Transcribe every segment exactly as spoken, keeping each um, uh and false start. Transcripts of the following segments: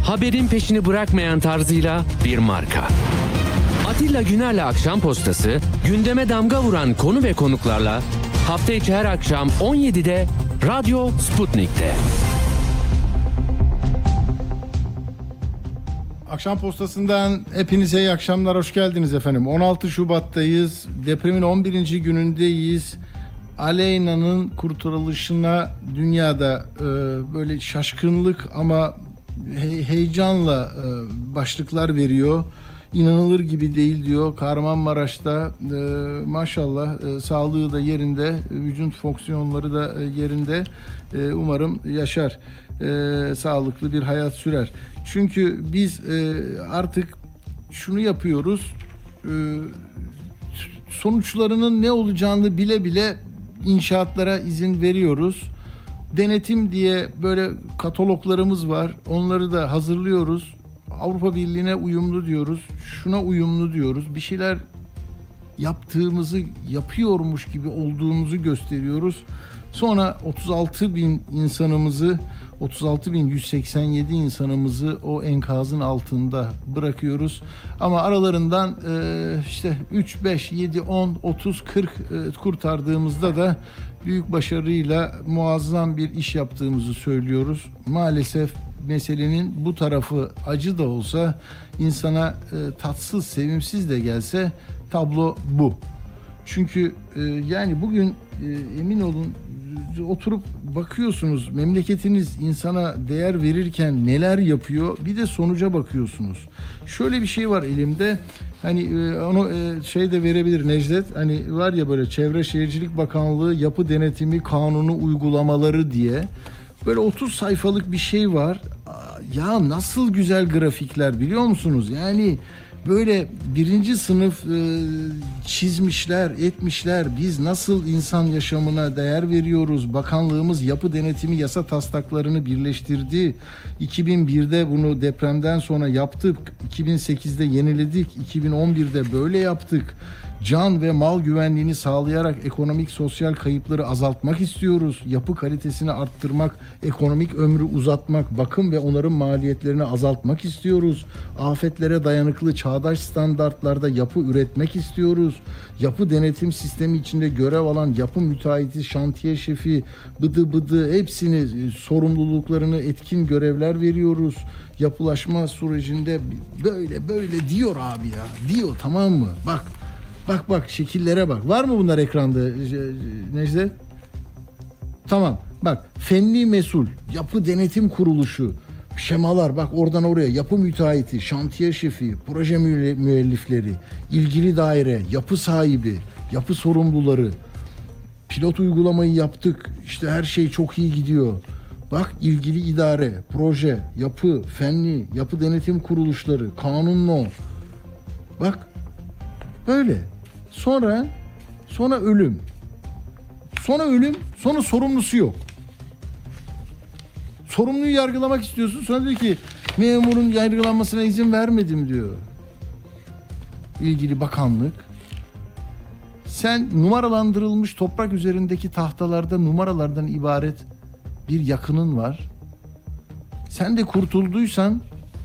haberin peşini bırakmayan tarzıyla bir marka. Atilla Güner'le Akşam Postası, gündeme damga vuran konu ve konuklarla hafta içi her akşam on yedide Radyo Sputnik'te. Akşam Postası'ndan hepinize iyi akşamlar, hoş geldiniz efendim. on altı Şubat'tayız, depremin on birinci günündeyiz. Aleyna'nın kurtarılışına dünyada e, böyle şaşkınlık ama he- heyecanla e, başlıklar veriyor. İnanılır gibi değil diyor. Kahramanmaraş'ta e, maşallah e, sağlığı da yerinde, vücut fonksiyonları da e, yerinde. E, umarım yaşar, e, sağlıklı bir hayat sürer. Çünkü biz e, artık şunu yapıyoruz, e, sonuçlarının ne olacağını bile bile inşaatlara izin veriyoruz. Denetim diye böyle kataloglarımız var, onları da hazırlıyoruz. Avrupa Birliği'ne uyumlu diyoruz, şuna uyumlu diyoruz. Bir şeyler yaptığımızı, yapıyormuş gibi olduğumuzu gösteriyoruz. Sonra otuz altı bin insanımızı, otuz altı bin yüz seksen yedi insanımızı o enkazın altında bırakıyoruz. Ama aralarından işte üç, beş, yedi, on, otuz, kırk kurtardığımızda da büyük başarıyla muazzam bir iş yaptığımızı söylüyoruz. Maalesef meselenin bu tarafı acı da olsa, insana e, tatsız, sevimsiz de gelse tablo bu. Çünkü e, yani bugün e, emin olun e, oturup bakıyorsunuz, memleketiniz insana değer verirken neler yapıyor, bir de sonuca bakıyorsunuz. Şöyle bir şey var elimde, hani e, onu e, şey de verebilir Necdet, hani var ya böyle Çevre Şehircilik Bakanlığı Yapı Denetimi Kanunu uygulamaları diye. Böyle otuz sayfalık bir şey var. Ya nasıl güzel grafikler biliyor musunuz? Yani böyle birinci sınıf e, çizmişler, etmişler. Biz nasıl insan yaşamına değer veriyoruz? Bakanlığımız yapı denetimi yasa taslaklarını birleştirdi. iki bin birde bunu depremden sonra yaptık. iki bin sekizde yeniledik. iki bin on birde böyle yaptık. Can ve mal güvenliğini sağlayarak ekonomik sosyal kayıpları azaltmak istiyoruz. Yapı kalitesini arttırmak, ekonomik ömrü uzatmak, bakım ve onarım maliyetlerini azaltmak istiyoruz. Afetlere dayanıklı çağdaş standartlarda yapı üretmek istiyoruz. Yapı denetim sistemi içinde görev alan yapı müteahhiti, şantiye şefi, bıdı bıdı hepsini, sorumluluklarını etkin görevler veriyoruz. Yapılaşma sürecinde böyle böyle diyor abi ya. Diyor, tamam mı? Bak. Bak bak şekillere bak. Var mı bunlar ekranda Necdet? Tamam. Bak, fenli mesul, yapı denetim kuruluşu, şemalar bak oradan oraya, yapı müteahhiti, şantiye şefi, proje müellifleri, ilgili daire, yapı sahibi, yapı sorumluları. Pilot uygulamayı yaptık. İşte her şey çok iyi gidiyor. Bak, ilgili idare, proje, yapı, fenli, yapı denetim kuruluşları, kanunlu. Bak böyle. Sonra sonra ölüm. Sonra ölüm, sonra sorumlusu yok. Sorumluyu yargılamak istiyorsun. Sonra diyor ki memurun yargılanmasına izin vermedim diyor ilgili bakanlık. Sen numaralandırılmış toprak üzerindeki tahtalarda numaralardan ibaret bir yakının var. Sen de kurtulduysan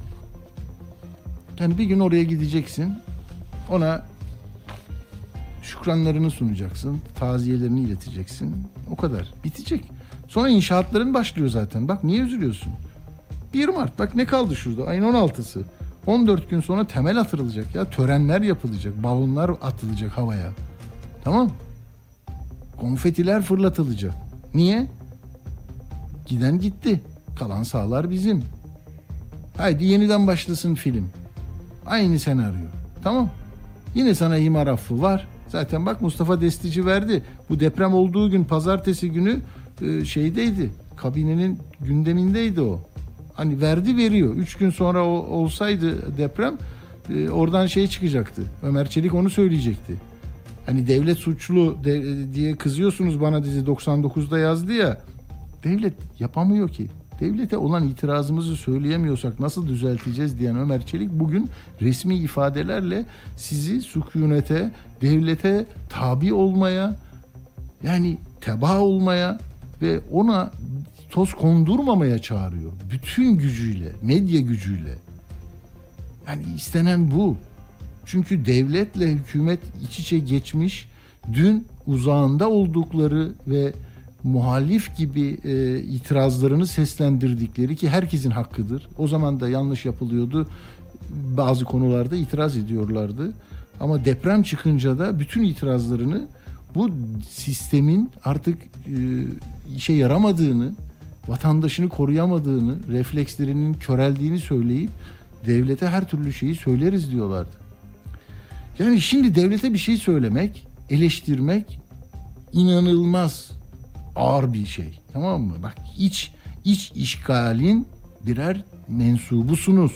yani bir gün oraya gideceksin. Ona şükranlarını sunacaksın, taziyelerini ileteceksin. O kadar. Bitecek. Sonra inşaatların başlıyor zaten. Bak niye üzülüyorsun? bir Mart. Bak ne kaldı şurada? Ayın on altısı. on dört gün sonra temel atılacak ya. Törenler yapılacak. Balonlar atılacak havaya. Tamam. Konfetiler fırlatılacak. Niye? Giden gitti. Kalan sahalar bizim. Haydi yeniden başlasın film. Aynı senaryo. Tamam. Yine sana imar affı var. Zaten bak Mustafa Destici verdi. Bu deprem olduğu gün pazartesi günü e, şeydeydi. Kabinenin gündemindeydi o. Hani verdi veriyor. Üç gün sonra o, olsaydı deprem e, oradan şey çıkacaktı. Ömer Çelik onu söyleyecekti. Hani devlet suçlu de, diye kızıyorsunuz bana, dizi doksan dokuzda yazdı ya. Devlet yapamıyor ki. Devlete olan itirazımızı söyleyemiyorsak nasıl düzelteceğiz diyen Ömer Çelik bugün resmi ifadelerle sizi sükunete, devlete tabi olmaya, yani tebaa olmaya ve ona toz kondurmamaya çağırıyor. Bütün gücüyle, medya gücüyle. Yani istenen bu. Çünkü devletle hükümet iç içe geçmiş, dün uzağında oldukları ve muhalif gibi e, itirazlarını seslendirdikleri, ki herkesin hakkıdır. O zaman da yanlış yapılıyordu. Bazı konularda itiraz ediyorlardı. Ama deprem çıkınca da bütün itirazlarını bu sistemin artık e, işe yaramadığını, vatandaşını koruyamadığını, reflekslerinin köreldiğini söyleyip devlete her türlü şeyi söyleriz diyorlardı. Yani şimdi devlete bir şey söylemek, eleştirmek inanılmaz ağır bir şey. Tamam mı? Bak, iç iç işgalin birer mensubusunuz.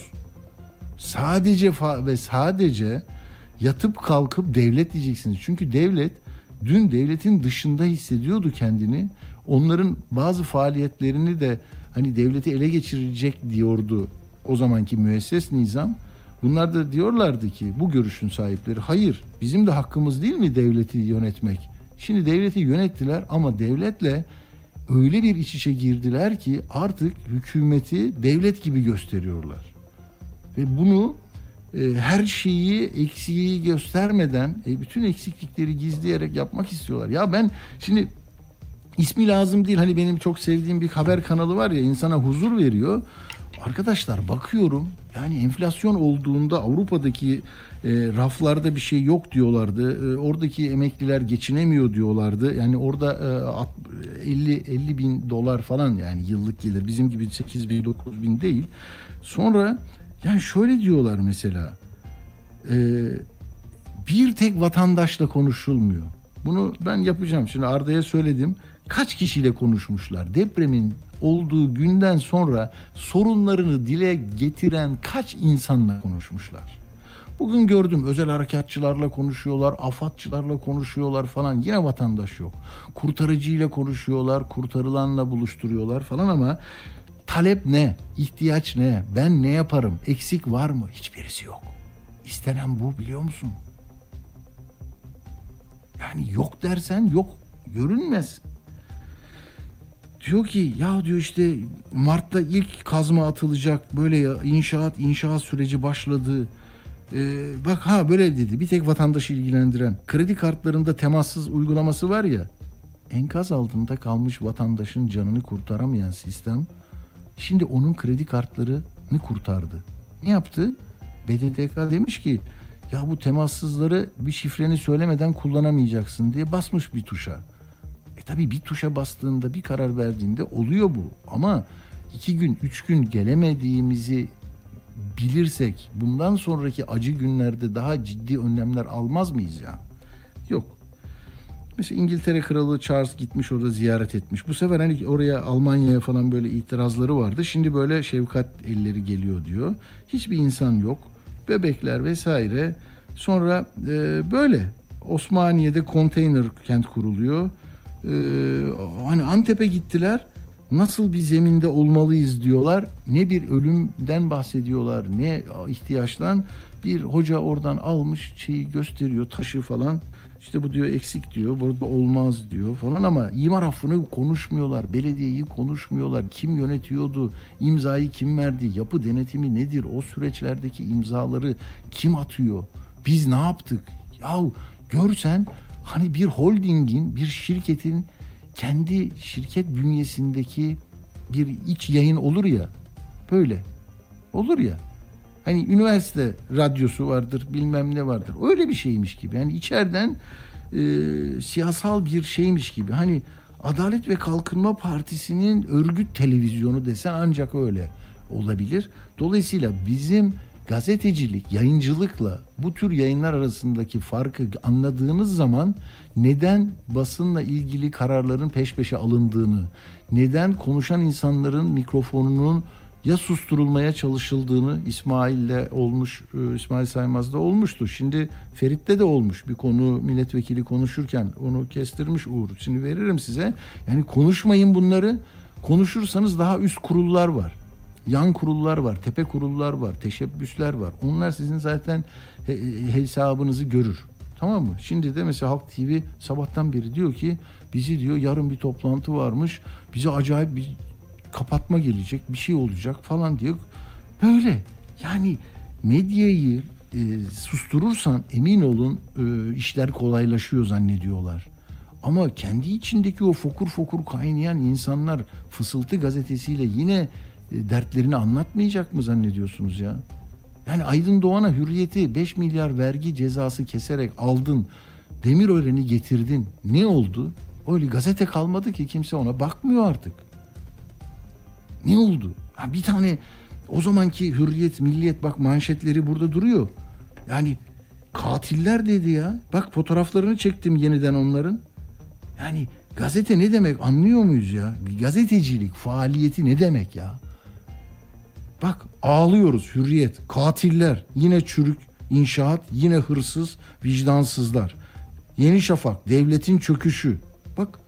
Sadece fa- ve sadece yatıp kalkıp devlet diyeceksiniz. Çünkü devlet dün devletin dışında hissediyordu kendini. Onların bazı faaliyetlerini de hani devleti ele geçirecek diyordu o zamanki müesses nizam. Bunlar da diyorlardı ki, bu görüşün sahipleri, hayır bizim de hakkımız değil mi devleti yönetmek? Şimdi devleti yönettiler ama devletle öyle bir iç içe girdiler ki artık hükümeti devlet gibi gösteriyorlar. Ve bunu e, her şeyi, eksiği göstermeden e, bütün eksiklikleri gizleyerek yapmak istiyorlar. Ya ben şimdi ismi lazım değil, hani benim çok sevdiğim bir haber kanalı var ya, insana huzur veriyor. Arkadaşlar bakıyorum, yani enflasyon olduğunda Avrupa'daki e, raflarda bir şey yok diyorlardı. E, oradaki emekliler geçinemiyor diyorlardı. Yani orada e, elli elli bin dolar falan yani yıllık gelir. Bizim gibi sekiz bin dokuz bin değil. Sonra yani şöyle diyorlar mesela. E, bir tek vatandaşla konuşulmuyor. Bunu ben yapacağım. Şimdi Arda'ya söyledim. Kaç kişiyle konuşmuşlar? Depremin olduğu günden sonra sorunlarını dile getiren kaç insanla konuşmuşlar? Bugün gördüm, özel harekatçılarla konuşuyorlar, AFAD'çılarla konuşuyorlar falan. Yine vatandaş yok. Kurtarıcıyla konuşuyorlar, kurtarılanla buluşturuyorlar falan ama talep ne? İhtiyaç ne? Ben ne yaparım? Eksik var mı? Hiçbirisi yok. İstenen bu, biliyor musun? Yani yok dersen yok, görünmez. Diyor ki ya, diyor işte Mart'ta ilk kazma atılacak, böyle ya, inşaat inşaat süreci başladı. Ee, bak ha böyle dedi, bir tek vatandaşı ilgilendiren kredi kartlarında temassız uygulaması var ya, enkaz altında kalmış vatandaşın canını kurtaramayan sistem şimdi onun kredi kartlarını kurtardı. Ne yaptı? B D D K demiş ki ya bu temassızları bir şifreni söylemeden kullanamayacaksın diye basmış bir tuşa. E tabii bir tuşa bastığında, bir karar verdiğinde oluyor bu. Ama iki gün, üç gün gelemediğimizi bilirsek bundan sonraki acı günlerde daha ciddi önlemler almaz mıyız ya? Yok. Mesela İngiltere Kralı Charles gitmiş, orada ziyaret etmiş. Bu sefer hani oraya, Almanya'ya falan böyle itirazları vardı. Şimdi böyle şefkat elleri geliyor diyor. Hiçbir insan yok. Bebekler vesaire. Sonra e, böyle Osmaniye'de konteyner kent kuruluyor. Ee, hani Antep'e gittiler, nasıl bir zeminde olmalıyız diyorlar, ne bir ölümden bahsediyorlar ne ihtiyaçtan. Bir hoca oradan almış şeyi gösteriyor, taşı falan, işte bu diyor eksik diyor, burada olmaz diyor falan ama imar affını konuşmuyorlar, belediyeyi konuşmuyorlar, kim yönetiyordu, imzayı kim verdi, yapı denetimi nedir, o süreçlerdeki imzaları kim atıyor, biz ne yaptık? Yahu görsen hani bir holdingin, bir şirketin kendi şirket bünyesindeki bir iç yayın olur ya, böyle olur ya. Hani üniversite radyosu vardır, bilmem ne vardır. Öyle bir şeymiş gibi. Yani içeriden e, siyasal bir şeymiş gibi. Hani Adalet ve Kalkınma Partisi'nin örgüt televizyonu desen ancak öyle olabilir. Dolayısıyla bizim gazetecilik, yayıncılıkla bu tür yayınlar arasındaki farkı anladığımız zaman neden basınla ilgili kararların peş peşe alındığını, neden konuşan insanların mikrofonunun ya susturulmaya çalışıldığını, İsmail'le olmuş, İsmail Saymaz'da olmuştu. Şimdi Ferit'te de olmuş, bir konu milletvekili konuşurken onu kestirmiş Uğur. Şimdi veririm size. Yani konuşmayın bunları. Konuşursanız daha üst kurullar var. Yan kurullar var, tepe kurullar var, teşebbüsler var. Onlar sizin zaten he- hesabınızı görür. Tamam mı? Şimdi de mesela Halk T V sabahtan beri diyor ki bizi diyor yarın bir toplantı varmış. Bize acayip bir kapatma gelecek, bir şey olacak falan diye. Böyle yani medyayı e, susturursan emin olun e, işler kolaylaşıyor zannediyorlar. Ama kendi içindeki o fokur fokur kaynayan insanlar Fısıltı gazetesiyle yine e, dertlerini anlatmayacak mı zannediyorsunuz ya? Yani Aydın Doğan'a Hürriyet'i beş milyar vergi cezası keserek aldın. Demirören'i getirdin. Ne oldu? Öyle gazete kalmadı ki, kimse ona bakmıyor artık. Ne oldu? Ha, bir tane o zamanki Hürriyet, Milliyet, bak manşetleri burada duruyor. Yani katiller dedi ya. Bak fotoğraflarını çektim yeniden onların. Yani gazete ne demek anlıyor muyuz ya? Bir gazetecilik faaliyeti ne demek ya? Bak ağlıyoruz Hürriyet, katiller, yine çürük inşaat, yine hırsız, vicdansızlar. Yeni Şafak, devletin çöküşü. Bak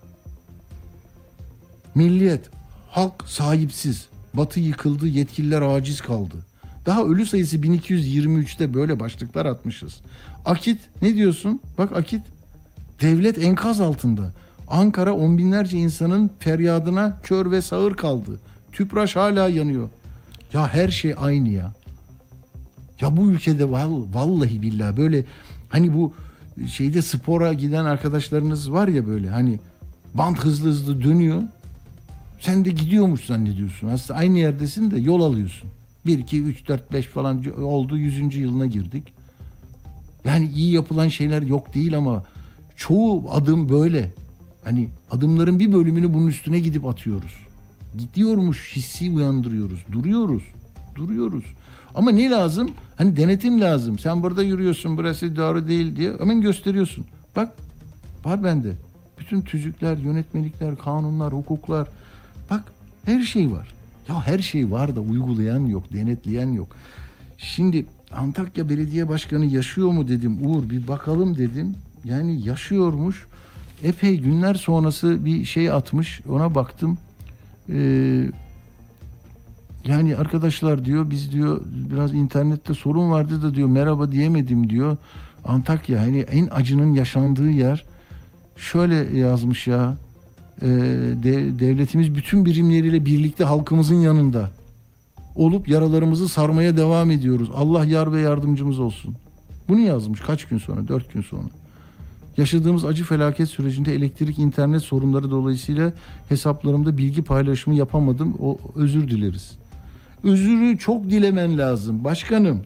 Milliyet, halk sahipsiz, Batı yıkıldı, yetkililer aciz kaldı. Daha ölü sayısı bin iki yüz yirmi üçte böyle başlıklar atmışız. Akit ne diyorsun? Bak Akit, devlet enkaz altında. Ankara on binlerce insanın feryadına kör ve sağır kaldı. Tüpraş hala yanıyor. Ya her şey aynı ya. Ya bu ülkede vallahi billahi böyle hani bu şeyde spora giden arkadaşlarınız var ya, böyle hani bant hızlı hızlı dönüyor. Sen de gidiyormuş zannediyorsun. Aslında aynı yerdesin de yol alıyorsun. bir, iki, üç, dört, beş falan oldu. yüzüncü yılına girdik. Yani iyi yapılan şeyler yok değil ama çoğu adım böyle. Hani adımların bir bölümünü bunun üstüne gidip atıyoruz. Gidiyormuş hissi uyandırıyoruz. Duruyoruz. Duruyoruz. Ama ne lazım? Hani denetim lazım. Sen burada yürüyorsun, burası doğru değil diye hemen gösteriyorsun. Bak var bende. Bütün tüzükler, yönetmelikler, kanunlar, hukuklar. Bak her şey var. Ya her şey var da uygulayan yok, denetleyen yok. Şimdi Antakya Belediye Başkanı yaşıyor mu dedim. Uğur bir bakalım dedim. Yani yaşıyormuş. Epey günler sonrası bir şey atmış. Ona baktım. Ee, yani arkadaşlar diyor, biz diyor biraz internette sorun vardı da diyor merhaba diyemedim diyor. Antakya hani en acının yaşandığı yer. Şöyle yazmış ya. E, de, devletimiz bütün birimleriyle birlikte halkımızın yanında olup yaralarımızı sarmaya devam ediyoruz. Allah yar ve yardımcımız olsun. Bunu yazmış kaç gün sonra? Dört gün sonra. Yaşadığımız acı felaket sürecinde elektrik, internet sorunları dolayısıyla hesaplarımda bilgi paylaşımı yapamadım. O özür dileriz. Özürü çok dilemen lazım başkanım.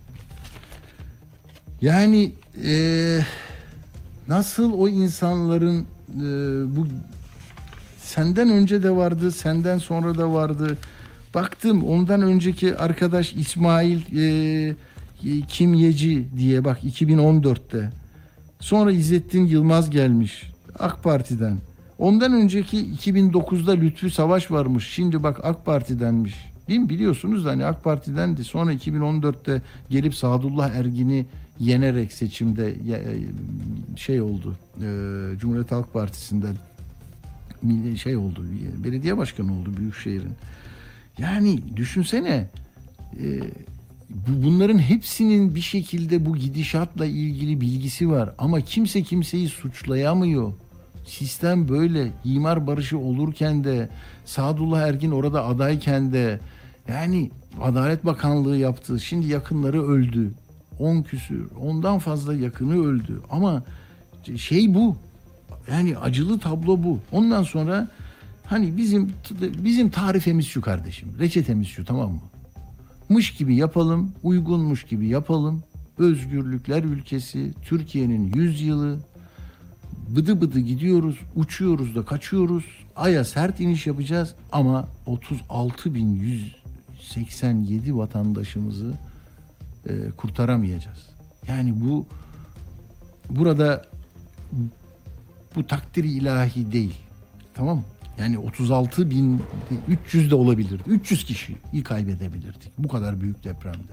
Yani e, nasıl o insanların e, bu senden önce de vardı, senden sonra da vardı. Baktım ondan önceki arkadaş İsmail e, Kimyeci diye bak iki bin on dörtte. Sonra İzzettin Yılmaz gelmiş AK Parti'den. Ondan önceki iki bin dokuzda Lütfü Savaş varmış. Şimdi bak AK Parti'denmiş. Değil mi? Biliyorsunuz da hani AK Parti'dendi. Sonra iki bin on dörtte gelip Sadullah Ergin'i yenerek seçimde şey oldu. Cumhuriyet Halk Partisi'nden şey oldu. Belediye başkanı oldu Büyükşehir'in. Yani düşünsene bunların hepsinin bir şekilde bu gidişatla ilgili bilgisi var. Ama kimse kimseyi suçlayamıyor. Sistem böyle. İmar barışı olurken de Sadullah Ergin orada adayken de yani Adalet Bakanlığı yaptı. Şimdi yakınları öldü. On küsür, ondan fazla yakını öldü. Ama şey bu. Yani acılı tablo bu. Ondan sonra hani bizim bizim tarifemiz şu kardeşim. Reçetemiz şu, tamam mı? Mış gibi yapalım, uygunmuş gibi yapalım. Özgürlükler ülkesi, Türkiye'nin yüz yılı. Bıdı bıdı gidiyoruz, uçuyoruz da kaçıyoruz. Ay'a sert iniş yapacağız ama otuz altı bin yüz seksen yedi vatandaşımızı e, kurtaramayacağız. Yani bu burada bu takdiri ilahi değil. Tamam mı? Yani otuz altı bin üç yüz de olabilirdi. üç yüz kişiyi kaybedebilirdik. Bu kadar büyük depremde.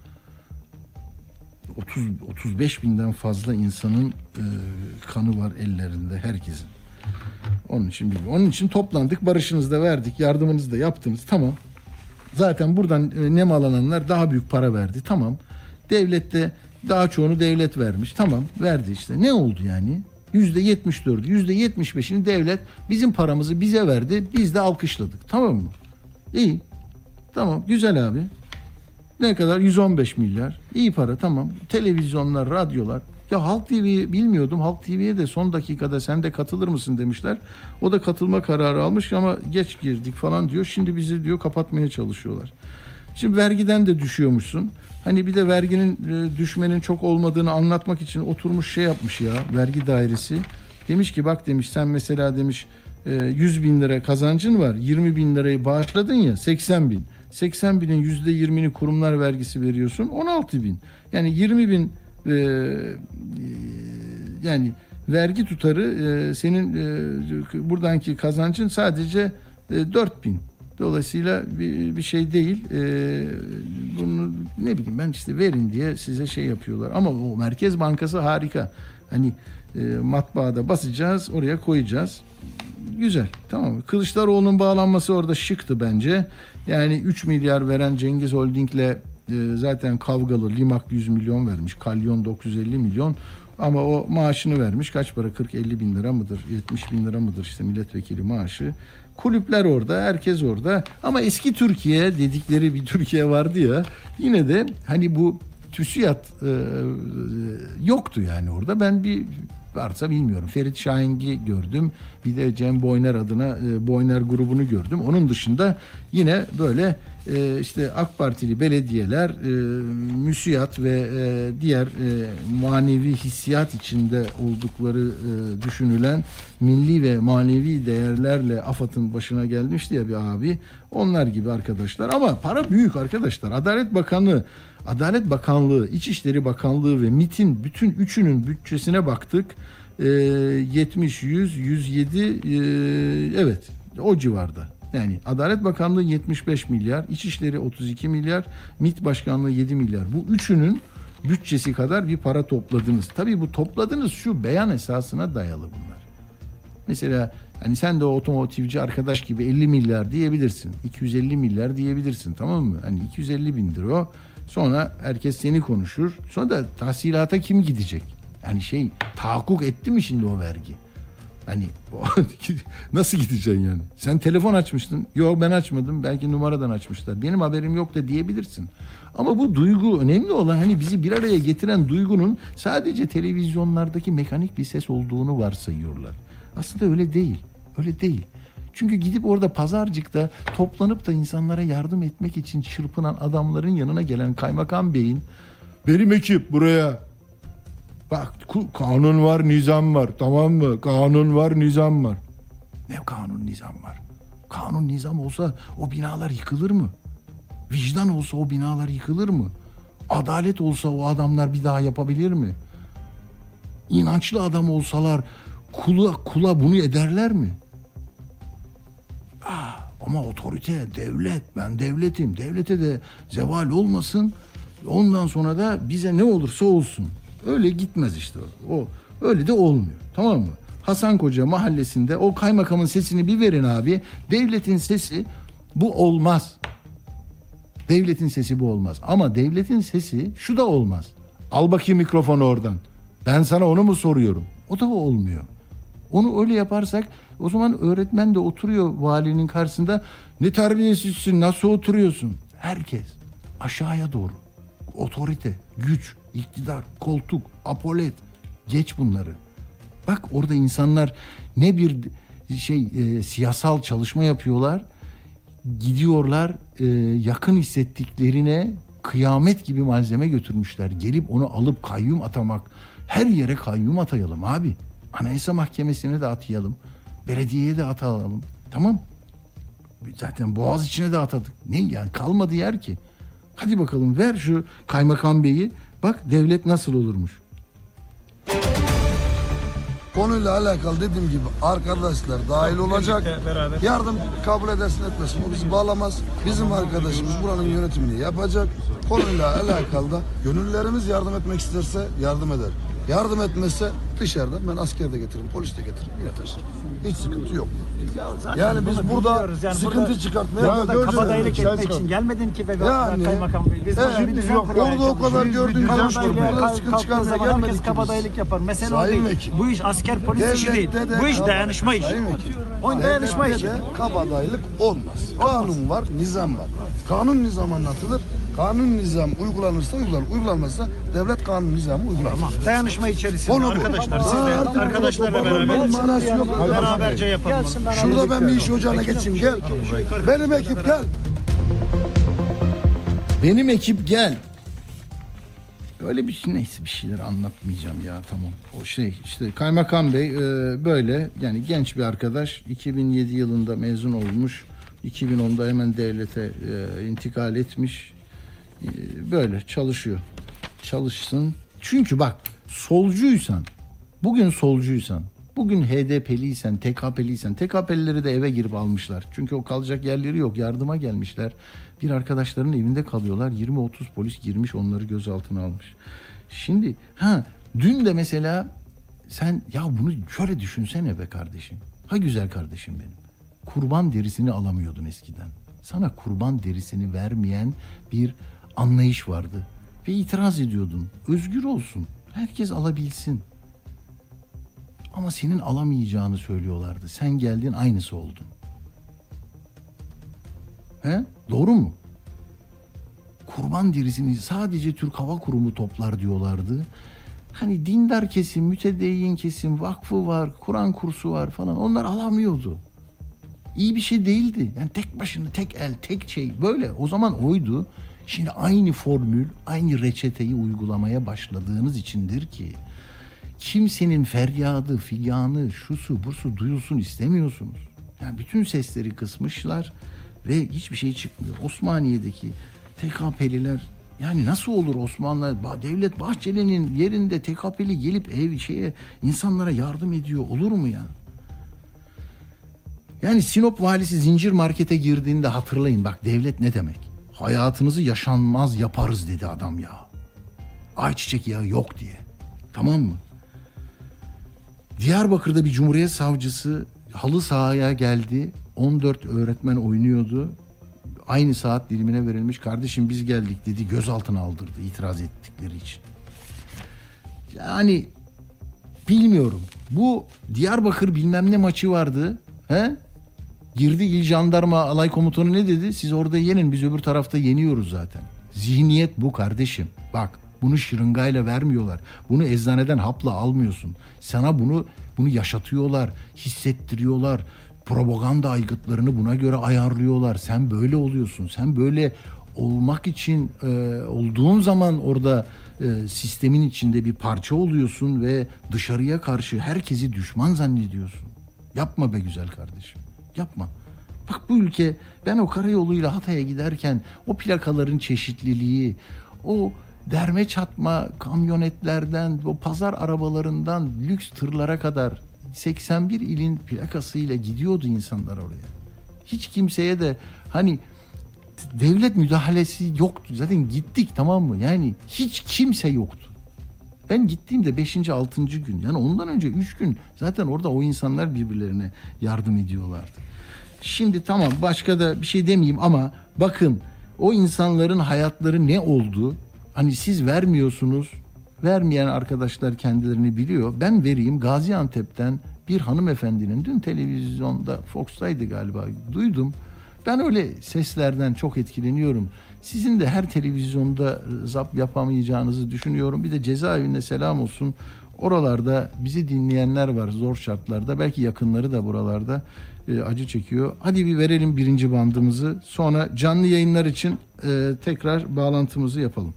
otuz otuz beş binden fazla insanın e, kanı var ellerinde, herkesin. Onun için onun için toplandık, barışınızı da verdik, yardımınızı da yaptınız. Tamam. Zaten buradan e, nemalananlar daha büyük para verdi. Tamam. Devlet de daha çoğunu devlet vermiş. Tamam, verdi işte. Ne oldu yani? yüzde yetmiş dördü, yüzde yetmiş beşini devlet bizim paramızı bize verdi. Biz de alkışladık. Tamam mı? İyi. Tamam güzel abi. Ne kadar? yüz on beş milyar. İyi para tamam. Televizyonlar, radyolar. Ya Halk T V'yi bilmiyordum. Halk T V'ye de son dakikada sen de katılır mısın demişler. O da katılma kararı almış ama geç girdik falan diyor. Şimdi bizi diyor kapatmaya çalışıyorlar. Şimdi vergiden de düşüyormuşsun. Hani bir de verginin e, düşmenin çok olmadığını anlatmak için oturmuş şey yapmış ya vergi dairesi. Demiş ki bak demiş sen mesela demiş e, yüz bin lira kazancın var. yirmi bin lirayı bağışladın ya seksen bin. seksen binin yüzde yirmini kurumlar vergisi veriyorsun on altı bin. Yani yirmi bin e, e, yani vergi tutarı e, senin e, buradanki kazancın sadece e, dört bin. Dolayısıyla bir, bir şey değil. Ee, bunu ne bileyim ben işte verin diye size şey yapıyorlar. Ama o Merkez Bankası harika. Hani e, matbaada basacağız, oraya koyacağız. Güzel. Tamam. Kılıçdaroğlu'nun bağlanması orada şıktı bence. Yani üç milyar veren Cengiz Holding'le e, zaten kavgalı. Limak yüz milyon vermiş. Kalyon dokuz yüz elli milyon. Ama o maaşını vermiş. Kaç para? kırk elli bin lira mıdır? yetmiş bin lira mıdır? İşte milletvekili maaşı. Kulüpler orada, herkes orada. Ama eski Türkiye dedikleri bir Türkiye vardı ya. Yine de hani bu TÜSİAD e, yoktu yani orada. Ben bir varsa bilmiyorum. Ferit Şahing'i gördüm. Bir de Cem Boyner adına e, Boyner grubunu gördüm. Onun dışında yine böyle e, işte AK Partili belediyeler, e, müsiyat ve e, diğer e, manevi hissiyat içinde oldukları e, düşünülen milli ve manevi değerlerle AFAD'ın başına gelmişti ya bir abi. Onlar gibi arkadaşlar. Ama para büyük arkadaşlar. Adalet Bakanı, Adalet Bakanlığı, İçişleri Bakanlığı ve MİT'in bütün üçünün bütçesine baktık. E, yetmiş, yüz, yüz yedi e, evet o civarda. Yani Adalet Bakanlığı yetmiş beş milyar, İçişleri otuz iki milyar, MİT Başkanlığı yedi milyar. Bu üçünün bütçesi kadar bir para topladınız. Tabii bu topladınız şu beyan esasına dayalı bunlar. Mesela hani sen de o otomotivci arkadaş gibi elli milyar diyebilirsin. iki yüz elli milyar diyebilirsin, tamam mı? Hani iki yüz elli bindir o. Sonra herkes seni konuşur. Sonra da tahsilata kim gidecek? Yani şey tahakkuk etti mi şimdi o vergi? Hani nasıl gideceksin yani? Sen telefon açmıştın. Yok ben açmadım. Belki numaradan açmışlar. Benim haberim yok da diyebilirsin. Ama bu duygu önemli olan hani bizi bir araya getiren duygunun sadece televizyonlardaki mekanik bir ses olduğunu varsayıyorlar. Aslında öyle değil. Öyle değil. Çünkü gidip orada pazarcıkta toplanıp da insanlara yardım etmek için çırpınan adamların yanına gelen kaymakam beyin benim ekip buraya bak kanun var, nizam var, tamam mı? Kanun var, nizam var. Ne kanun, nizam var? Kanun, nizam olsa o binalar yıkılır mı? Vicdan olsa o binalar yıkılır mı? Adalet olsa o adamlar bir daha yapabilir mi? İnançlı adam olsalar kula, kula bunu ederler mi? Ah, ama otorite, devlet, ben devletim. Devlete de zeval olmasın. Ondan sonra da bize ne olursa olsun. Öyle gitmez işte o. o. Öyle de olmuyor. Tamam mı? Hasan Koca mahallesinde o kaymakamın sesini bir verin abi. Devletin sesi bu olmaz. Devletin sesi bu olmaz. Ama devletin sesi şu da olmaz. Al bakayım mikrofonu oradan. Ben sana onu mu soruyorum? O da olmuyor. Onu öyle yaparsak o zaman öğretmen de oturuyor valinin karşısında. Ne terbiyesizsin, nasıl oturuyorsun? Herkes aşağıya doğru. Otorite, güç, iktidar, koltuk, apolet. Geç bunları. Bak orada insanlar ne bir şey e, siyasal çalışma yapıyorlar. Gidiyorlar e, yakın hissettiklerine kıyamet gibi malzeme götürmüşler. Gelip onu alıp kayyum atamak. Her yere kayyum atayalım abi. Anayasa Mahkemesi'ne de atayalım. Belediyeye de atalım. Tamam. Zaten Boğaz içine de atadık. Ne yani kalmadı yer ki. Hadi bakalım ver şu kaymakam beyi. Bak devlet nasıl olurmuş. Konuyla alakalı dediğim gibi arkadaşlar dahil olacak. Yardım kabul edersin etmesin o bizi bağlamaz. Bizim arkadaşımız buranın yönetimini yapacak. Konuyla alakalı da gönüllerimiz yardım etmek isterse yardım eder. Yardım etmezse dışarıdan ben askerde getiririm, polis de getiririm, yine taşırım. Hiç sıkıntı yok. Yani biz burada yani sıkıntı burada, çıkartmaya ya geldik. kabadayılık etmek için gelmedin ki be Yani, kaymakam bey. Biz evet, burada bir düzen yok, kurmaya orada o kadar çalışıyoruz. gördüğün Kabadayılığa konuştuk, burada kalk- sıkıntı kalktığın çıkarsa zaman gelmedik herkes ki kabadayılık yapar. Mesele o Sayın değil. Vekil. Bu iş asker polis işi değil. Devlette de Bu iş kaba- dayanışma işi. Sayın Vekil, O dayanışma devlette işi. de kabadayılık olmaz. Kanun var, nizam var. Kanun nizam anlatılır. Kanun nizam uygulanırsa uygulanır. Uygulanmazsa devlet kanun nizamı uygular. Dayanışma içerisinde Konu bu. arkadaşlar siz de Aa, arkadaşlarla bunun beraber manası yok. beraberce yapalım. Şurada ben bir iş ocağına geçeyim, gel. Benim ekip gel. Benim ekip gel. Öyle bir şey, neyse bir şeyler anlatmayacağım ya, tamam. O şey işte Kaymakam Bey e, böyle yani genç bir arkadaş, iki bin yedi yılında mezun olmuş. iki bin onda hemen devlete e, intikal etmiş. E, böyle çalışıyor. Çalışsın. Çünkü bak, solcuysan, bugün solcuysan, bugün H D P'liysen, T K P'liysen, T K P'lileri de eve girip almışlar. Çünkü o kalacak yerleri yok. Yardıma gelmişler. Bir arkadaşlarının evinde kalıyorlar. yirmi otuz polis girmiş, onları gözaltına almış. Şimdi ha dün de mesela sen ya bunu şöyle düşünsene be kardeşim. Ha güzel kardeşim benim. Kurban derisini alamıyordun eskiden. Sana kurban derisini vermeyen bir anlayış vardı. Ve itiraz ediyordun. Özgür olsun. Herkes alabilsin. Ama senin alamayacağını söylüyorlardı. Sen geldin, aynısı oldun. He? Doğru mu? Kurban derisini sadece Türk Hava Kurumu toplar diyorlardı. Hani dindar kesim, mütedeyyin kesim, vakfı var, Kur'an kursu var falan, onlar alamıyordu. İyi bir şey değildi. Yani tek başına, tek el, tek şey böyle. O zaman oydu. Şimdi aynı formül, aynı reçeteyi uygulamaya başladığınız içindir ki kimsenin feryadı, figanı, şusu, busu duyulsun istemiyorsunuz. Yani bütün sesleri kısmışlar ve hiçbir şey çıkmıyor. Osmaniye'deki T K P'liler, yani nasıl olur Osmanlı, Devlet Bahçeli'nin yerinde T K P'li gelip ev şeye insanlara yardım ediyor, olur mu ya? Yani Sinop valisi zincir markete girdiğinde hatırlayın, bak devlet ne demek? Hayatınızı yaşanmaz yaparız dedi adam ya. Ayçiçek yağı yok diye. Tamam mı? Diyarbakır'da bir Cumhuriyet Savcısı halı sahaya geldi. on dört öğretmen oynuyordu. Aynı saat dilimine verilmiş. Kardeşim biz geldik dedi. Gözaltına aldırdı itiraz ettikleri için. Yani bilmiyorum. Bu Diyarbakır bilmem ne maçı vardı. He? Girdi İl Jandarma Alay Komutanı ne dedi? Siz orada yenin, biz öbür tarafta yeniyoruz zaten. Zihniyet bu kardeşim. Bak, bunu şırıngayla vermiyorlar. Bunu eczaneden hapla almıyorsun. Sana bunu bunu yaşatıyorlar, hissettiriyorlar. Propaganda aygıtlarını buna göre ayarlıyorlar. Sen böyle oluyorsun. Sen böyle olmak için e, olduğun zaman orada e, sistemin içinde bir parça oluyorsun ve dışarıya karşı herkesi düşman zannediyorsun. Yapma be güzel kardeşim. Yapma. Bak bu ülke, ben o karayoluyla Hatay'a giderken o plakaların çeşitliliği, o derme çatma kamyonetlerden, o pazar arabalarından lüks tırlara kadar seksen bir ilin plakasıyla gidiyordu insanlar oraya. Hiç kimseye de hani devlet müdahalesi yoktu. Zaten gittik, tamam mı? Yani hiç kimse yoktu. Ben gittiğimde beşinci altıncı gün, yani ondan önce üç gün zaten orada o insanlar birbirlerine yardım ediyorlardı. Şimdi tamam, başka da bir şey demeyeyim ama bakın o insanların hayatları ne oldu? Hani siz vermiyorsunuz. Vermeyen arkadaşlar kendilerini biliyor. Ben vereyim. Gaziantep'ten bir hanımefendinin, dün televizyonda, Fox'taydı galiba, duydum. Ben öyle seslerden çok etkileniyorum. Sizin de her televizyonda zap yapamayacağınızı düşünüyorum. Bir de cezaevine selam olsun. Oralarda bizi dinleyenler var zor şartlarda. Belki yakınları da buralarda e, acı çekiyor. Hadi bir verelim birinci bandımızı. Sonra canlı yayınlar için e, tekrar bağlantımızı yapalım.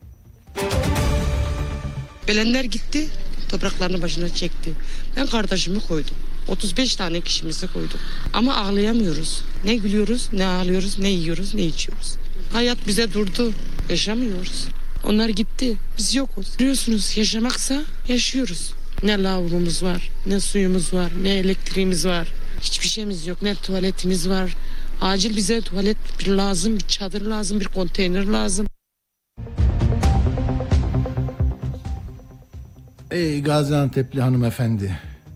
Belenler gitti, topraklarını başına çekti. Ben kardeşimi koydum. otuz beş tane kişimizi koyduk. Ama ağlayamıyoruz. Ne gülüyoruz, ne ağlıyoruz, ne yiyoruz, ne içiyoruz. Hayat bize durdu. Yaşamıyoruz. Onlar gitti. Biz yokuz. Biliyorsunuz, yaşamaksa yaşıyoruz. Ne lavabomuz var, ne suyumuz var, ne elektriğimiz var. Hiçbir şeyimiz yok. Ne tuvaletimiz var. Acil bize tuvalet lazım, bir çadır lazım, bir konteyner lazım. Ey Gaziantep'li hanımefendi.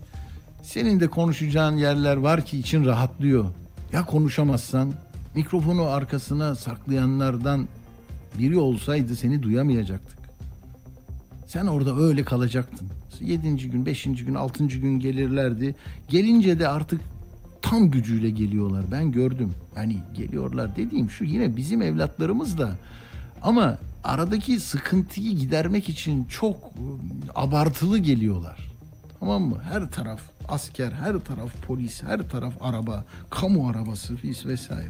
Senin de konuşacağın yerler var ki için rahatlıyor. Ya konuşamazsan mikrofonu arkasına saklayanlardan biri olsaydı seni duyamayacaktık. Sen orada öyle kalacaktın. Yedinci gün, beşinci gün, altıncı gün gelirlerdi. Gelince de artık tam gücüyle geliyorlar. Ben gördüm. Yani geliyorlar dediğim şu, yine bizim evlatlarımız da. Ama aradaki sıkıntıyı gidermek için çok abartılı geliyorlar. Tamam mı? Her taraf asker, her taraf polis, her taraf araba, kamu arabası vesaire.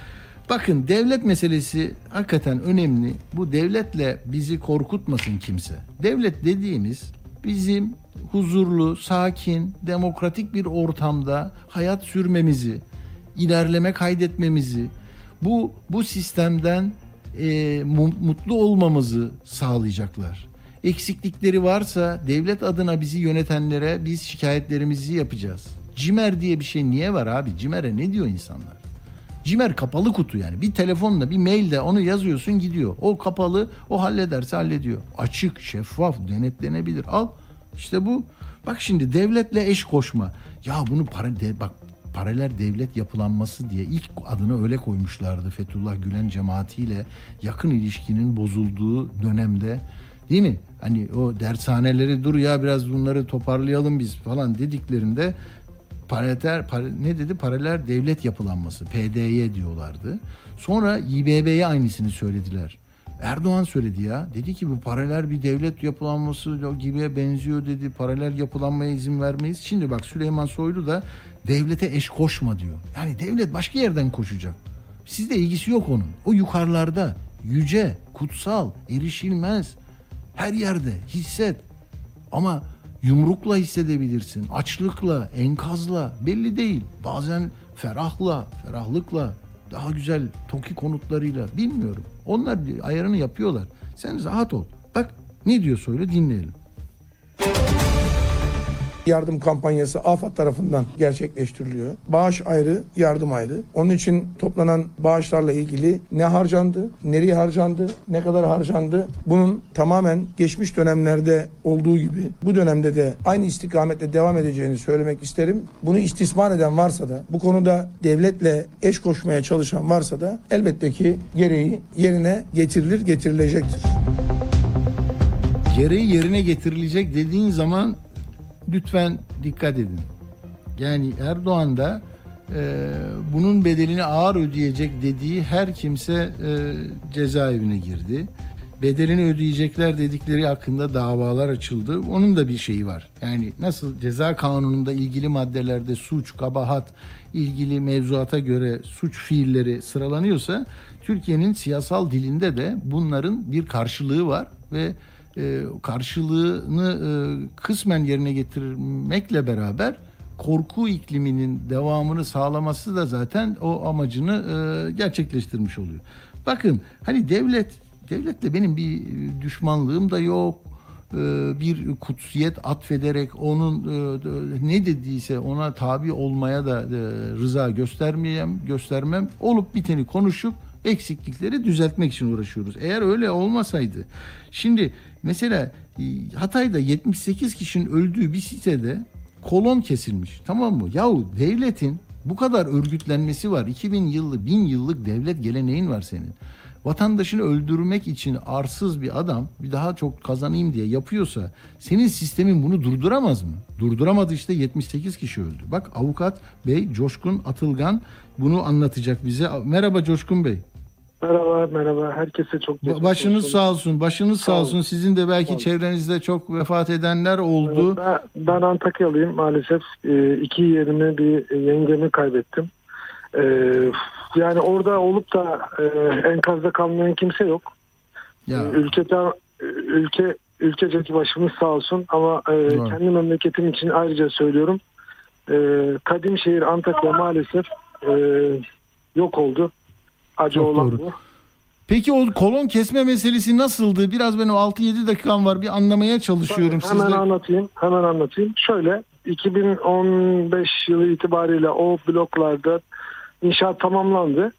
Bakın, devlet meselesi hakikaten önemli. Bu devletle bizi korkutmasın kimse. Devlet dediğimiz bizim huzurlu, sakin, demokratik bir ortamda hayat sürmemizi, ilerleme kaydetmemizi, bu bu sistemden e, mutlu olmamızı sağlayacaklar. Eksiklikleri varsa devlet adına bizi yönetenlere biz şikayetlerimizi yapacağız. CİMER diye bir şey niye var abi? CİMER'e ne diyor insanlar? CİMER kapalı kutu yani. Bir telefonla, bir maille onu yazıyorsun, gidiyor. O kapalı, o hallederse hallediyor. Açık, şeffaf, denetlenebilir. Al işte bu. Bak şimdi devletle eş koşma. Ya bunu para de, bak paralel devlet yapılanması diye ilk adını öyle koymuşlardı Fethullah Gülen cemaatiyle yakın ilişkinin bozulduğu dönemde. Değil mi? Hani o dershaneleri dur ya biraz bunları toparlayalım biz falan dediklerinde paralel, para, ne dedi? Paralel devlet yapılanması, P D Y diyorlardı. Sonra İ B B'ye aynısını söylediler. Erdoğan söyledi ya. Dedi ki bu paralel bir devlet yapılanması gibiye benziyor dedi. Paralel yapılanmaya izin vermeyiz. Şimdi bak Süleyman Soylu da devlete eş koşma diyor. Yani devlet başka yerden koşacak. Sizde ilgisi yok onun. O yukarılarda, yüce, kutsal, erişilmez. Her yerde hisset. Ama yumrukla hissedebilirsin. Açlıkla, enkazla, belli değil. Bazen ferahla, ferahlıkla, daha güzel TOKİ konutlarıyla, bilmiyorum. Onlar ayarını yapıyorlar. Sen rahat ol. Bak ne diyor Soylu, dinleyelim. Yardım kampanyası AFAD tarafından gerçekleştiriliyor. Bağış ayrı, yardım ayrı. Onun için toplanan bağışlarla ilgili ne harcandı, nereye harcandı, ne kadar harcandı? Bunun tamamen geçmiş dönemlerde olduğu gibi bu dönemde de aynı istikamette devam edeceğini söylemek isterim. Bunu istismar eden varsa da, bu konuda devletle eş koşmaya çalışan varsa da elbette ki gereği yerine getirilir, getirilecektir. Gereği yerine getirilecek dediğin zaman lütfen dikkat edin. Yani Erdoğan da e, bunun bedelini ağır ödeyecek dediği her kimse e, cezaevine girdi. Bedelini ödeyecekler dedikleri hakkında davalar açıldı. Onun da bir şeyi var. Yani nasıl ceza kanununda ilgili maddelerde suç, kabahat, ilgili mevzuata göre suç fiilleri sıralanıyorsa, Türkiye'nin siyasal dilinde de bunların bir karşılığı var ve E, karşılığını e, kısmen yerine getirmekle beraber korku ikliminin devamını sağlaması da zaten o amacını e, gerçekleştirmiş oluyor. Bakın hani devlet, devletle benim bir düşmanlığım da yok. E, bir kutsiyet atfederek onun e, ne dediyse ona tabi olmaya da e, rıza göstermeyem, göstermem. Olup biteni konuşup eksiklikleri düzeltmek için uğraşıyoruz. Eğer öyle olmasaydı, şimdi mesela Hatay'da yetmiş sekiz kişinin öldüğü bir sitede kolon kesilmiş. Tamam mı? Yahu devletin bu kadar örgütlenmesi var. iki bin yıllık, bin yıllık devlet geleneğin var senin. Vatandaşını öldürmek için arsız bir adam bir daha çok kazanayım diye yapıyorsa senin sistemin bunu durduramaz mı? Durduramadı işte, yetmiş sekiz kişi öldü. Bak avukat bey Coşkun Atılgan bunu anlatacak bize. Merhaba Coşkun Bey. Merhaba, merhaba. Herkese çok geçmiş Başınız olsun. sağ olsun, başınız sağ, Sağ olsun. olun. Sizin de belki Sağ olun. çevrenizde çok vefat edenler oldu. Evet, ben, ben Antakyalıyım maalesef. E, iki yeğenimi, bir yengemi kaybettim. E, yani orada olup da e, enkazda kalmayan kimse yok. Ya. E, ülkede, ülke ülkeceki başımız sağ olsun ama e, kendi memleketim için ayrıca söylüyorum. E, kadim şehir Antakya maalesef e, yok oldu. Acı Çok olan doğru. bu. Peki o kolon kesme meselesi nasıldı? Biraz benim altı yedi dakikam var. Bir anlamaya çalışıyorum. Tabii, hemen Sizle... anlatayım. Hemen anlatayım. Şöyle iki bin on beş yılı itibariyle o bloklarda inşaat tamamlandı.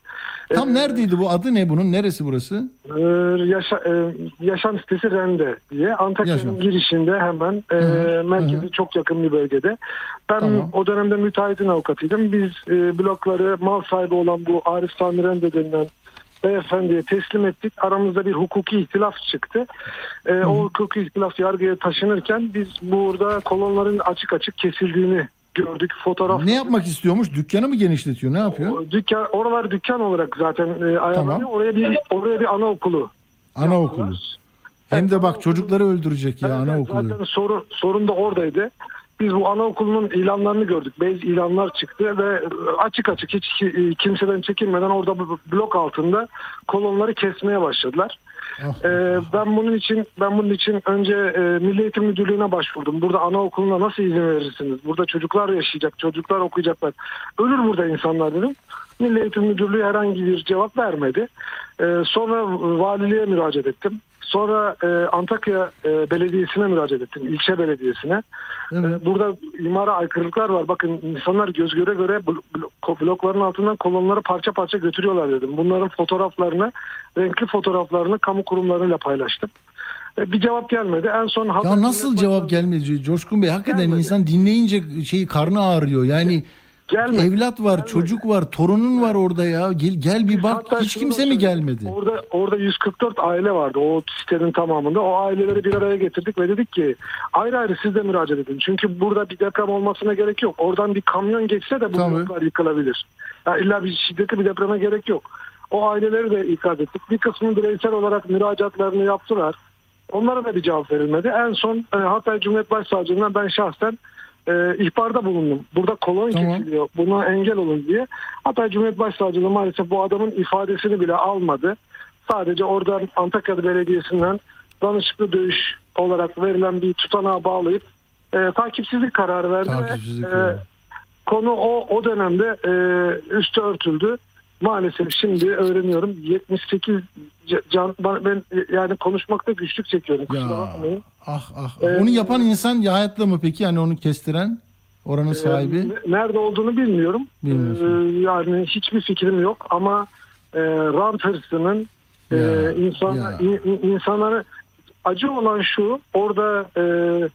Tam Ee, neredeydi bu? Adı ne bunun? Neresi burası? Ee, yaşa, e, yaşam sitesi Rende diye. Antakya'nın Yaşam. girişinde hemen e, Hı hı, merkeze hı hı. çok yakın bir bölgede. Ben Tamam. o dönemde müteahhitin avukatıydım. Biz e, blokları mal sahibi olan bu Arif Sami Rende denilen beyefendiye teslim ettik. Aramızda bir hukuki ihtilaf çıktı. E, o hukuki ihtilaf yargıya taşınırken biz burada kolonların açık açık kesildiğini gördük. Fotoğraf. Ne yapmak istiyormuş? Dükkanı mı genişletiyor? Ne yapıyor? O Dükkan, oralar dükkan olarak zaten e, ayarlanıyor. Tamam. Oraya bir oraya bir anaokulu. Anaokulu. yaptılar. Hem de bak anaokulu- çocukları öldürecek ya Evet, anaokulu. zaten sorun, sorun da oradaydı. Biz bu anaokulunun ilanlarını gördük. Bez ilanlar çıktı ve açık açık hiç ki- kimseden çekinmeden orada bu blok altında kolonları kesmeye başladılar. Ah. Ee, ben bunun için ben bunun için önce e, Milli Eğitim Müdürlüğü'ne başvurdum. Burada anaokuluna nasıl izin verirsiniz? Burada çocuklar yaşayacak, çocuklar okuyacaklar. Ölür burada insanlar dedim. Milli Eğitim Müdürlüğü herhangi bir cevap vermedi. Ee, sonra valiliğe müracaat ettim. Sonra e, Antakya e, Belediyesi'ne müracaat ettim. İlçe belediyesine. Evet. Ee, burada imara aykırılıklar var. Bakın insanlar göz göre göre blo- blo- blokların altından kolonları parça parça götürüyorlar dedim. Bunların fotoğraflarını, renkli fotoğraflarını kamu kurumlarıyla paylaştım. Ee, bir cevap gelmedi. En son Ya nasıl cevap gelmedi Coşkun Bey? Hakikaten Gelmedi. insan dinleyince şeyi karnı ağrıyor. Yani Gelmedi. evlat var, Gelmedi. çocuk var, torunun var orada ya. Gel gel bir bak. Hatta Hiç şunu kimse da mi söyleyeyim. gelmedi? Orada orada yüz kırk dört aile vardı o sitenin tamamında. O aileleri bir araya getirdik ve dedik ki ayrı ayrı siz de müracaat edin. Çünkü burada bir deprem olmasına gerek yok. Oradan bir kamyon geçse de bu Tabii. bloklar yıkılabilir. Yani illa bir şiddetli bir depreme gerek yok. O aileleri de ikaz ettik. Bir kısmı bireysel olarak müracaatlarını yaptılar. Onlara da bir cevap verilmedi. En son e, Hatay Cumhuriyet Başsavcılığına ben şahsen e, ihbarda bulundum. Burada kolon Tamam. kesiliyor. Buna engel olun diye. Hatay Cumhuriyet Başsavcılığı maalesef bu adamın ifadesini bile almadı. Sadece oradan Antakya Belediyesi'nden danışıklı dövüş olarak verilen bir tutanağa bağlayıp e, takipsizlik kararı verdi. Takipsizlik ve, kararı. Konu o o dönemde e, üstü örtüldü. Maalesef şimdi öğreniyorum yetmiş sekiz can ben, ben yani konuşmakta güçlük çekiyorum. Kusura Ya, bakmayın. ah ah. Ee, Onu yapan insan ya hayatta mı peki? Yani onu kestiren oranın sahibi. Ee, nerede olduğunu bilmiyorum. Bilmiyorsun. Ee, yani hiçbir fikrim yok ama e, rant hırsının e, Ya, insan, ya. in- insanları acı olan şu orada e,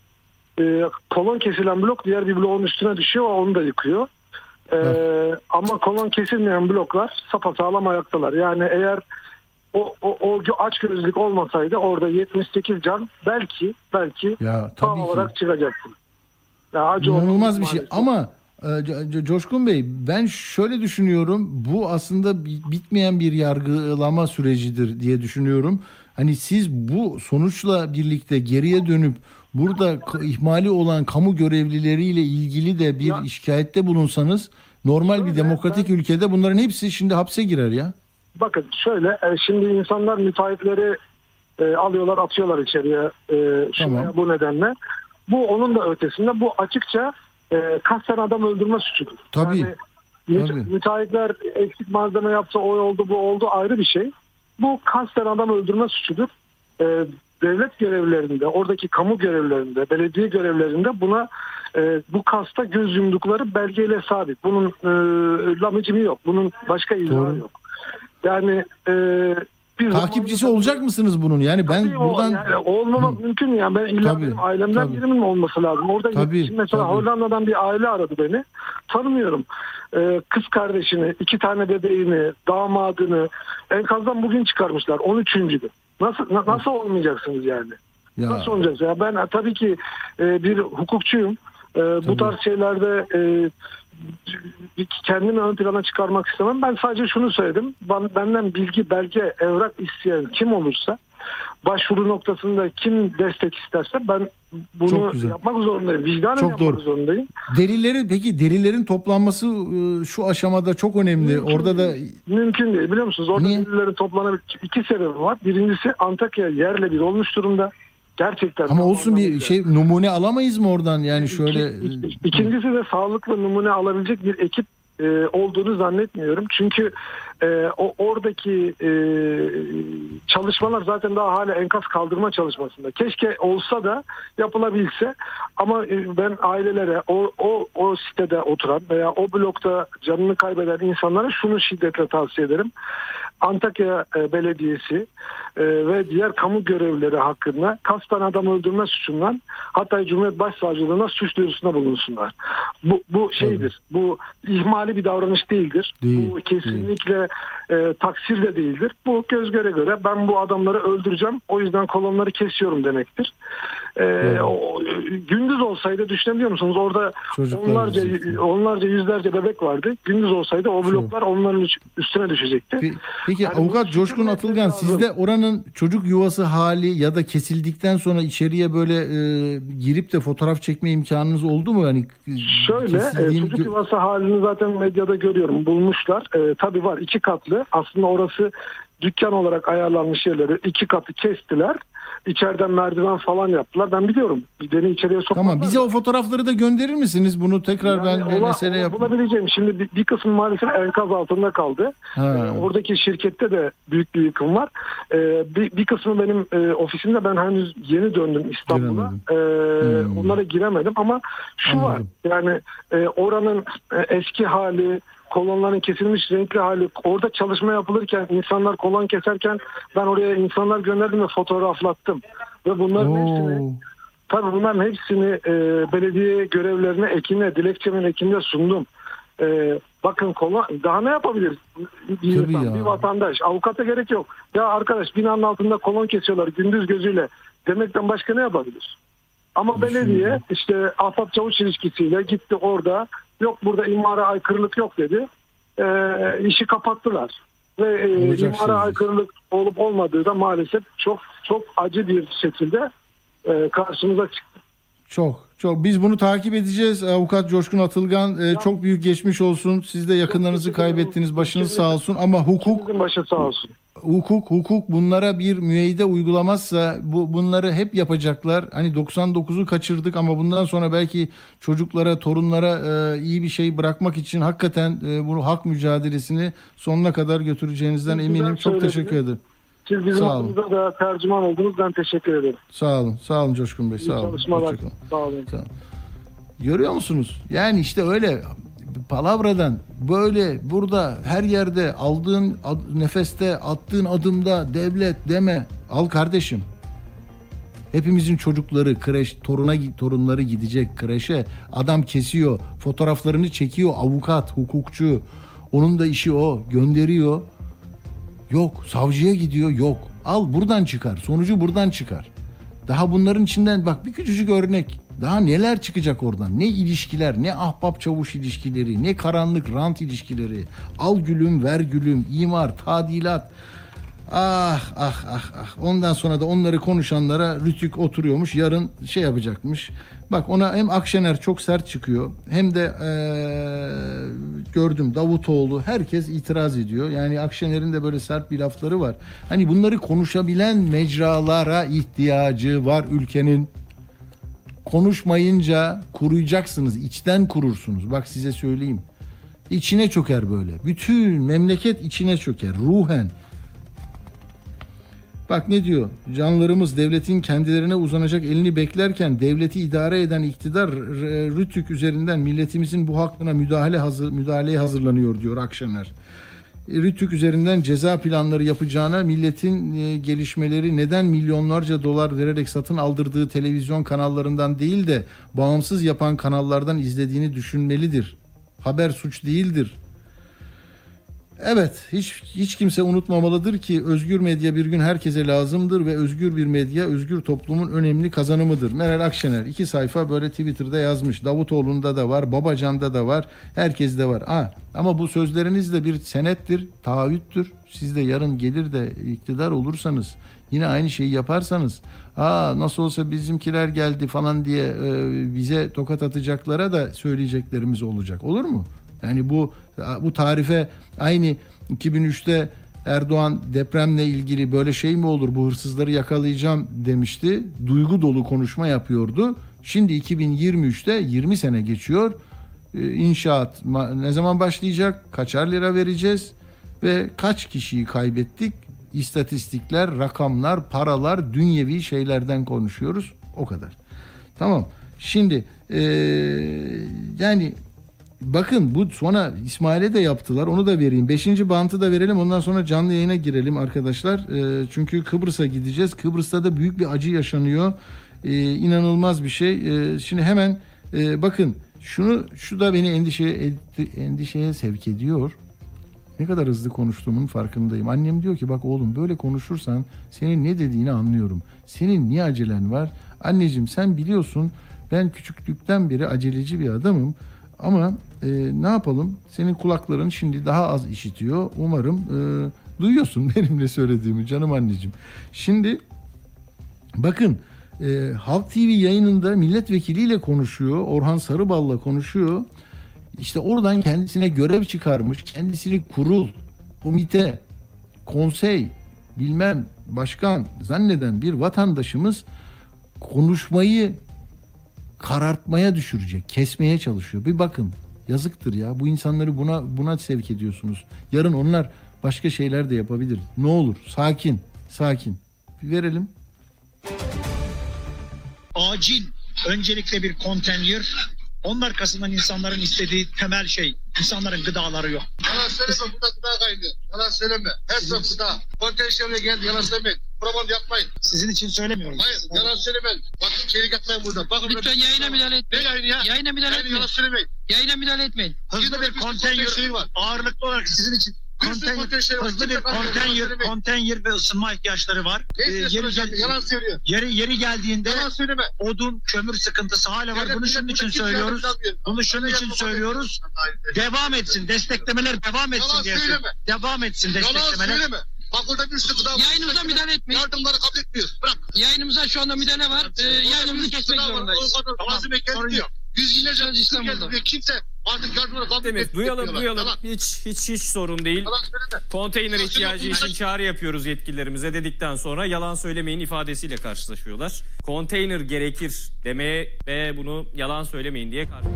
e, kolon kesilen blok diğer bir bloğun üstüne düşüyor ve onu da yıkıyor. Ee, ama kolon kesilmeyen bloklar sapasağlam ayaktalar. Yani eğer o, o, o açgözlülük olmasaydı orada yetmiş sekiz can belki belki Ya tam tabii olarak ki. çıkacaktı. Ya, acı İnanılmaz olan bir şey maalesef. ama e, Co- Co- Coşkun Bey ben şöyle düşünüyorum. Bu aslında bi- bitmeyen bir yargılama sürecidir diye düşünüyorum. Hani siz bu sonuçla birlikte geriye dönüp burada k- ihmali olan kamu görevlileriyle ilgili de bir Ya- şikayette bulunsanız normal bir Şöyle, demokratik ben- ülkede bunların hepsi şimdi hapse girer ya. Bakın şöyle e, şimdi insanlar müteahhitleri e, alıyorlar atıyorlar içeriye e, şuraya, Tamam. bu nedenle. Bu onun da ötesinde bu açıkça e, kasten adam öldürme suçudur. Tabii, Yani, müte- tabii. müteahhitler eksik malzeme yapsa o oldu bu oldu ayrı bir şey. Bu kasten adam öldürme suçudur. E, devlet görevlerinde, oradaki kamu görevlerinde, belediye görevlerinde buna e, bu kasta göz yumdukları belgeyle sabit. Bunun e, lamıcımı yok. Bunun başka izahı Doğru. yok. Yani e, bir Takipçisi zamanında- olacak mısınız bunun? Yani ben Tabii o- buradan yani olmamak mümkün mü? Yani ben illa Tabii, benim ailemden tabii. birinin olması lazım. Orada Tabii, şimdi mesela tabii. Hollanda'dan bir aile aradı beni. Tanımıyorum. Ee, kız kardeşini, iki tane bebeğini, damadını enkazdan bugün çıkarmışlar. on üçüncü gün. Nasıl na- nasıl olmayacaksınız yani? ya Nasıl olacaksınız? Ya ben tabii ki e, bir hukukçuyum. E, bu Tabii. tarz şeylerde e, kendimi ön plana çıkarmak istemem. Ben sadece şunu söyledim. Ben, benden bilgi, belge, evrak isteyen kim olursa başvuru noktasında kim destek isterse ben bunu Çok güzel. yapmak zorundayım. Vicdanen Çok yapmak doğru. zorundayım. delilleri peki delillerin toplanması e, şu aşamada çok önemli. Mümkün Orada da değil. Mümkün değil biliyor musunuz? Orada Niye? delillerin toplanabilecek iki sebebi var. Birincisi Antakya yerle bir olmuş durumda. Gerçekten. ama olsun bir anlamıyla. şey numune alamayız mı oradan yani şöyle İki- İkincisi de sağlıklı numune alabilecek bir ekip e, olduğunu zannetmiyorum. Çünkü e, o oradaki e, çalışmalar zaten daha hala enkaz kaldırma çalışmasında. Keşke olsa da yapılabilse, ama e, ben ailelere, o, o, o sitede oturan veya o blokta canını kaybeden insanlara şunu şiddetle tavsiye ederim. Antakya e, Belediyesi e, ve diğer kamu görevlileri hakkında kasten adam öldürme suçundan, hatta Cumhuriyet Başsavcılığına suç duyurusunda bulunsunlar. Bu, bu şeydir. Bu ihmali bir davranış değildir. Değil, bu kesinlikle e, taksir de değildir. Bu göz göre göre ben bu adamları öldüreceğim, o yüzden kolonları kesiyorum demektir. E, o, gündüz olsaydı düşünebiliyor musunuz? Orada Çocuklar onlarca üzüldü. onlarca yüzlerce bebek vardı. Gündüz olsaydı o bloklar onların üstüne düşecekti. Pe- Peki Yani avukat bu Coşkun fikir Atılgan, lazım. sizde oranın çocuk yuvası hali ya da kesildikten sonra içeriye böyle e, girip de fotoğraf çekme imkanınız oldu mu? Yani e, Şöyle, e, kesildiğini çocuk gö- yuvası halini zaten medyada görüyorum. Bulmuşlar. E, tabii var, iki katlı. Aslında orası dükkan olarak ayarlanmış yerleri. İki katı kestiler. İçeriden merdiven falan yaptılar. Ben biliyorum. Beni içeriye sokmadılar. Tamam, bize o fotoğrafları da gönderir misiniz? Bunu tekrar ben Yani bir ola- mesele ola- yap. Bulabileceğim. Şimdi bir, bir kısmı maalesef enkaz altında kaldı. Ha. Ee, oradaki şirkette de büyük bir yıkım var. Ee, bir, bir kısmı benim e, ofisimde, ben henüz yeni döndüm İstanbul'a. Ee, Hmm. Onlara giremedim ama şu Anladım. var. Yani e, oranın e, eski hali, kolonların kesilmiş renkli hali, orada çalışma yapılırken insanlar kolon keserken ben oraya insanlar gönderdim ve fotoğraflattım. Ve bunların hepsini Oo. Tabii bunların hepsini e, belediye görevlerine, ekine, dilekçemin ekinde sundum. E, bakın kolon, daha ne yapabilir bir Tabii insan, ya. bir vatandaş? Avukata gerek yok. Ya arkadaş, binanın altında kolon kesiyorlar gündüz gözüyle demekten başka ne yapabilir? Ama belediye işte ahbap çavuş ilişkisiyle gitti orada, yok burada imara aykırılık yok dedi. E, işi kapattılar. Ve e, Olacak şey imara değil. aykırılık olup olmadığı da maalesef çok çok acı bir şekilde e, karşımıza çıktı. Çok çok. Biz bunu takip edeceğiz. Avukat Coşkun Atılgan, e, çok büyük geçmiş olsun. Siz de yakınlarınızı kaybettiniz. Başınız sağ olsun. Ama hukuk Sizin başı sağ olsun. hukuk hukuk bunlara bir müeyyide uygulamazsa bu bunları hep yapacaklar. Hani doksan dokuzu kaçırdık ama bundan sonra belki çocuklara, torunlara e, iyi bir şey bırakmak için hakikaten e, bunu hak mücadelesini sonuna kadar götüreceğinizden Güzel eminim. Çok söylediniz. teşekkür ederim. Siz bizim Sağ olun. adımıza da tercüman oldunuz. Ben teşekkür ederim. Sağ olun. Sağ olun Coşkun Bey. İyi Sağ olun. çalışmalar. Hoşça kalın. Sağ olun. Tamam. Görüyor musunuz? Yani işte öyle palavradan böyle burada her yerde aldığın ad- nefeste, attığın adımda devlet deme. Al kardeşim. Hepimizin çocukları kreş, toruna torunları gidecek kreşe. Adam kesiyor, fotoğraflarını çekiyor, avukat, hukukçu. Onun da işi o. Gönderiyor. Yok, savcıya gidiyor. Yok. Al buradan çıkar. Sonucu buradan çıkar. Daha bunların içinden bak bir küçücük örnek. Daha neler çıkacak oradan? Ne ilişkiler, ne ahbap çavuş ilişkileri, ne karanlık rant ilişkileri. Al gülüm, ver gülüm, imar, tadilat. Ah ah ah ah. Ondan sonra da onları konuşanlara Rütük oturuyormuş. Yarın şey yapacakmış. Bak ona hem Akşener çok sert çıkıyor. Hem de ee, gördüm Davutoğlu. Herkes itiraz ediyor. Yani Akşener'in de böyle sert bir lafları var. Hani bunları konuşabilen mecralara ihtiyacı var ülkenin. Konuşmayınca kuruyacaksınız. İçten kurursunuz. Bak size söyleyeyim. İçine çöker böyle. Bütün memleket içine çöker. Ruhen. Bak ne diyor? Canlarımız devletin kendilerine uzanacak elini beklerken devleti idare eden iktidar R- Rütük üzerinden milletimizin bu hakkına müdahale hazır, müdahaleye hazırlanıyor diyor Akşener. Rütük üzerinden ceza planları yapacağına milletin e, gelişmeleri neden milyonlarca dolar vererek satın aldırdığı televizyon kanallarından değil de bağımsız yapan kanallardan izlediğini düşünmelidir. Haber suç değildir. Evet, hiç hiç kimse unutmamalıdır ki özgür medya bir gün herkese lazımdır ve özgür bir medya özgür toplumun önemli kazanımıdır. Meral Akşener iki sayfa böyle Twitter'da yazmış. Davutoğlu'nda da var, Babacan'da da var, herkeste var. Ha, ama bu sözleriniz de bir senettir, taahhüttür. Siz de yarın gelir de iktidar olursanız, yine aynı şeyi yaparsanız, ha nasıl olsa bizimkiler geldi falan diye e, bize tokat atacaklara da söyleyeceklerimiz olacak. Olur mu? Yani bu bu tarife aynı iki bin üçte Erdoğan depremle ilgili böyle şey mi olur, bu hırsızları yakalayacağım demişti. Duygu dolu konuşma yapıyordu. Şimdi iki bin yirmi üçte yirmi sene geçiyor. e, inşaat ma- ne zaman başlayacak, kaçar lira vereceğiz ve kaç kişiyi kaybettik? İstatistikler, rakamlar, paralar, dünyevi şeylerden konuşuyoruz. O kadar. Tamam. Şimdi e, yani bakın bu sonra İsmail'e de yaptılar. Onu da vereyim. Beşinci bantı da verelim. Ondan sonra canlı yayına girelim arkadaşlar. E, çünkü Kıbrıs'a gideceğiz. Kıbrıs'ta da büyük bir acı yaşanıyor. E, inanılmaz bir şey. E, şimdi hemen e, bakın şunu şu da beni endişeye endişeye sevk ediyor. Ne kadar hızlı konuştuğumun farkındayım. Annem diyor ki bak oğlum böyle konuşursan senin ne dediğini anlıyorum. Senin niye acelen var? Anneciğim sen biliyorsun ben küçüklükten beri aceleci bir adamım. Ama e, ne yapalım? Senin kulakların şimdi daha az işitiyor. Umarım e, duyuyorsun benim ne söylediğimi canım anneciğim. Şimdi bakın e, Halk T V yayınında milletvekiliyle konuşuyor. Orhan Sarıbal'la konuşuyor. İşte oradan kendisine görev çıkarmış. Kendisini kurul, komite, konsey, bilmem başkan zanneden bir vatandaşımız konuşmayı karartmaya düşürecek, kesmeye çalışıyor. Bir bakın, yazıktır ya. Bu insanları buna buna sevk ediyorsunuz. Yarın onlar başka şeyler de yapabilir. Ne olur, sakin, sakin. Bir verelim. Acil, öncelikle bir konteyner. Onun arkasından insanların istediği temel şey, insanların gıdaları yok. Yalan söyleme, burada gıda kaynıyor. Yalan söyleme. Her taraf gıda. Kontenjanına geldi, yalan söylemeyin. Propaganda yapmayın. Sizin için söylemiyorum. Hayır, yalan söylemeyin. Bakın çelik atmayın burada. Bakın Lütfen yayına müdahale etmeyin. Ne yayını ya? Yayına müdahale Yayını etmeyin. yalan söylemeyin. Yayına müdahale etmeyin. Hızlı bir konteyner var. ağırlıklı olarak sizin için konteyner, konteyner var. hızlı bir Kimse bakmıyor, yalan konteyner, söylemeyin. konteyner ve ısınma ihtiyaçları var. Ne Ee, istiyorsun yeri, hocam? gel- Yalan söylüyor. yeri, yeri geldiğinde Yalan söyleme. odun, kömür sıkıntısı hala var. Devlet Bunu şunun millet için burada kimse söylüyoruz. yardım almıyor. Bunu şunun Böyle için yapma, söylüyoruz. böyle. Devam etsin. Desteklemeler devam etsin Yalan diye. söyleme. Devam etsin Yalan desteklemeler. söyleme. Bak burada bir sürü gıda var. Yayınımıza müdahale etmeyin. Yardımları kabul etmiyoruz. Bırak. Yayınımıza şu anda müdahale var. Ee, yayınımızı kesmek zorundayız. Malzeme Sorun gelmiyor. yok. Yüz binlerce İstanbul'da. İstanbul'da. Kimse artık yardımları kabul Demek etmiyor. duyalım duyalım. Hiç hiç hiç sorun değil. Yalan söyleme. Konteyner Yalan ihtiyacı söyleme. için çağrı yapıyoruz yetkililerimize dedikten sonra yalan söylemeyin ifadesiyle karşılaşıyorlar. Konteyner gerekir demeye ve bunu yalan söylemeyin diye karşı.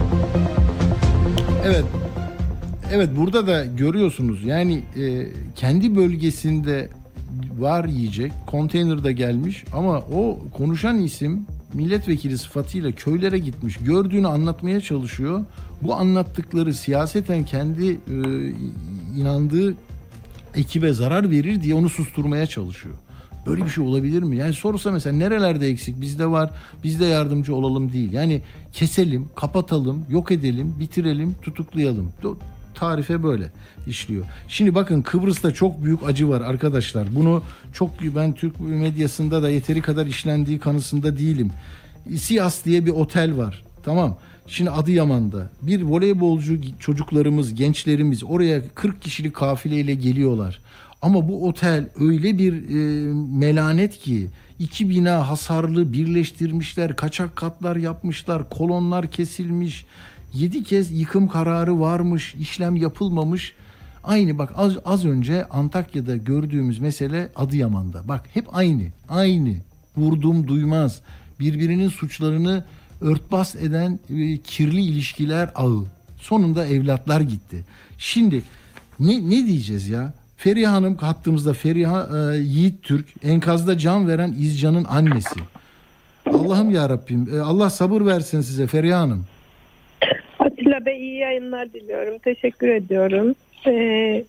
Evet. Evet burada da görüyorsunuz yani e, kendi bölgesinde var yiyecek konteynerde gelmiş ama o konuşan isim milletvekili sıfatıyla köylere gitmiş, gördüğünü anlatmaya çalışıyor. Bu anlattıkları siyaseten kendi e, inandığı ekibe zarar verir diye onu susturmaya çalışıyor. Böyle bir şey olabilir mi? Yani sorsa mesela nerelerde eksik? Bizde var. Biz de yardımcı olalım değil. Yani keselim, kapatalım, yok edelim, bitirelim, tutuklayalım. Tarife böyle işliyor. Şimdi bakın Kıbrıs'ta çok büyük acı var arkadaşlar. Bunu çok ben Türk medyasında da yeteri kadar işlendiği kanısında değilim. Siyas diye bir otel var. Tamam. Şimdi Adıyaman'da bir voleybolcu çocuklarımız, gençlerimiz oraya kırk kişilik kafileyle geliyorlar. Ama bu otel öyle bir e, melanet ki iki bina hasarlı birleştirmişler, kaçak katlar yapmışlar, kolonlar kesilmiş. Yedi kez yıkım kararı varmış, işlem yapılmamış. Aynı bak az, az önce Antakya'da gördüğümüz mesele Adıyaman'da. Bak hep aynı, aynı. Vurdum duymaz. Birbirinin suçlarını örtbas eden e, kirli ilişkiler ağı. Sonunda evlatlar gitti. Şimdi ne, ne diyeceğiz ya? Feriha Hanım hattımızda. Feriha e, Yiğit Türk, enkazda can veren İzcan'ın annesi. Allah'ım ya Rabbim, e, Allah sabır versin size Feriha Hanım. Atilla Bey iyi yayınlar diliyorum. Teşekkür ediyorum. Ee,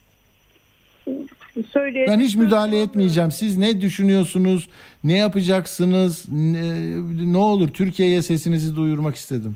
Ben hiç müdahale etmeyeceğim. Siz ne düşünüyorsunuz? Ne yapacaksınız? Ne, ne olur Türkiye'ye sesinizi duyurmak istedim.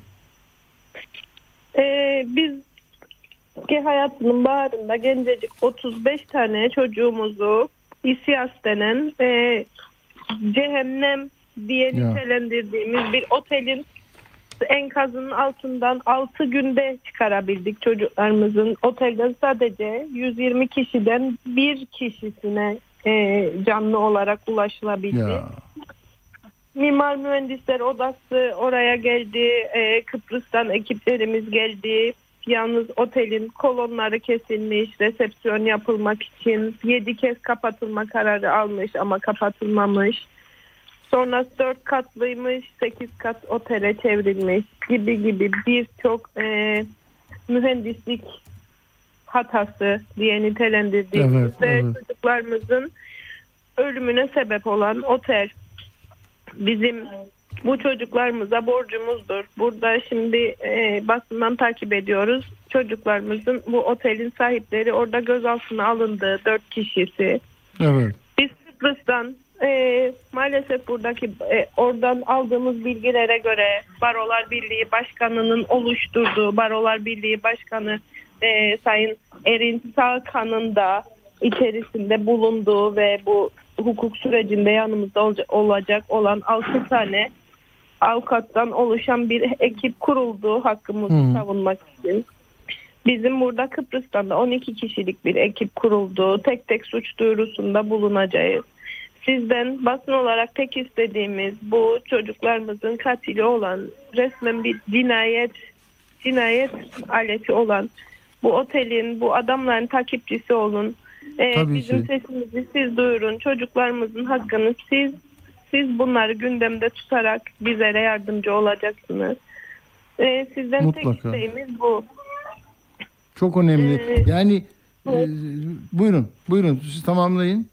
Ee, biz ki hayatının baharında gencecik otuz beş tane çocuğumuzu İSİAS denen e, cehennem diye nitelendirdiğimiz bir otelin enkazının altından altı günde çıkarabildik çocuklarımızın. Otelden sadece yüz yirmi kişiden bir kişisine e, canlı olarak ulaşılabildi. Ya. Mimar Mühendisler Odası oraya geldi. E, Kıbrıs'tan ekiplerimiz geldi. Yalnız otelin kolonları kesilmiş, resepsiyon yapılmak için yedi kez kapatılma kararı almış ama kapatılmamış. Sonra dört katlıymış, sekiz kat otele çevrilmiş gibi gibi birçok e, mühendislik hatası diye nitelendirdiğimiz Evet, ve evet. çocuklarımızın ölümüne sebep olan otel bizim bu çocuklarımıza borcumuzdur. Burada şimdi e, basından takip ediyoruz. Çocuklarımızın bu otelin sahipleri orada gözaltına alındı. Dört kişisi. Evet. Biz Kıbrıs'tan e, maalesef buradaki e, oradan aldığımız bilgilere göre Barolar Birliği Başkanı'nın oluşturduğu Barolar Birliği Başkanı e, Sayın Erin Sağkan'ın da içerisinde bulunduğu ve bu hukuk sürecinde yanımızda olca- olacak olan altı tane avukattan oluşan bir ekip kuruldu hakkımızı Hı. savunmak için. Bizim burada Kıbrıs'tan da on iki kişilik bir ekip kuruldu. Tek tek suç duyurusunda bulunacağız. Sizden basın olarak tek istediğimiz bu çocuklarımızın katili olan resmen bir cinayet cinayet aleti olan bu otelin, bu adamların takipçisi olun. Ee, Tabii bizim ki. sesimizi siz duyurun. Çocuklarımızın hakkını siz siz bunları gündemde tutarak bizlere yardımcı olacaksınız. Ee, sizden tek Mutlaka. isteğimiz bu. Çok önemli. Ee, Yani e, evet. buyurun, buyurun siz tamamlayın.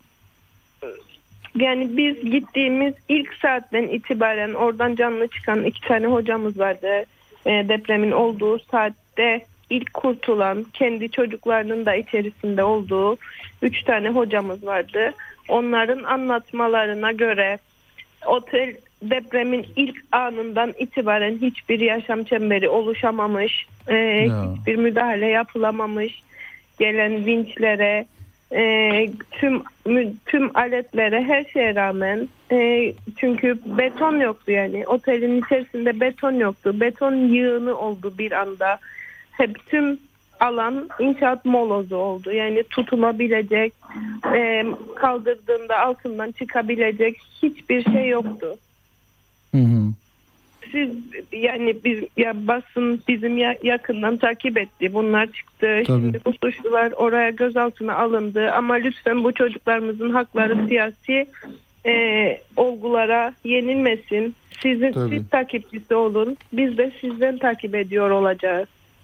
Yani biz gittiğimiz ilk saatten itibaren oradan canlı çıkan iki tane hocamız vardı. E, depremin olduğu saatte ilk kurtulan, kendi çocuklarının da içerisinde olduğu üç tane hocamız vardı. Onların anlatmalarına göre otel depremin ilk anından itibaren hiçbir yaşam çemberi oluşamamış, e, Ya. hiçbir müdahale yapılamamış, gelen vinçlere, e, tüm mü- tüm aletlere, her şeye rağmen e, çünkü beton yoktu, yani otelin içerisinde beton yoktu, beton yığını oldu bir anda. Hep tüm alan inşaat molozu oldu, yani tutunabilecek, e, kaldırdığında altından çıkabilecek hiçbir şey yoktu. Hı hı. Siz yani biz ya basın bizim ya, yakından takip etti. Bunlar çıktı. Tabii. Şimdi bu suçlular oraya gözaltına alındı. Ama lütfen bu çocuklarımızın hakları siyasi e, olgulara yenilmesin. Sizin Tabii. siz takipçisi olun. Biz de sizden takip ediyor olacağız.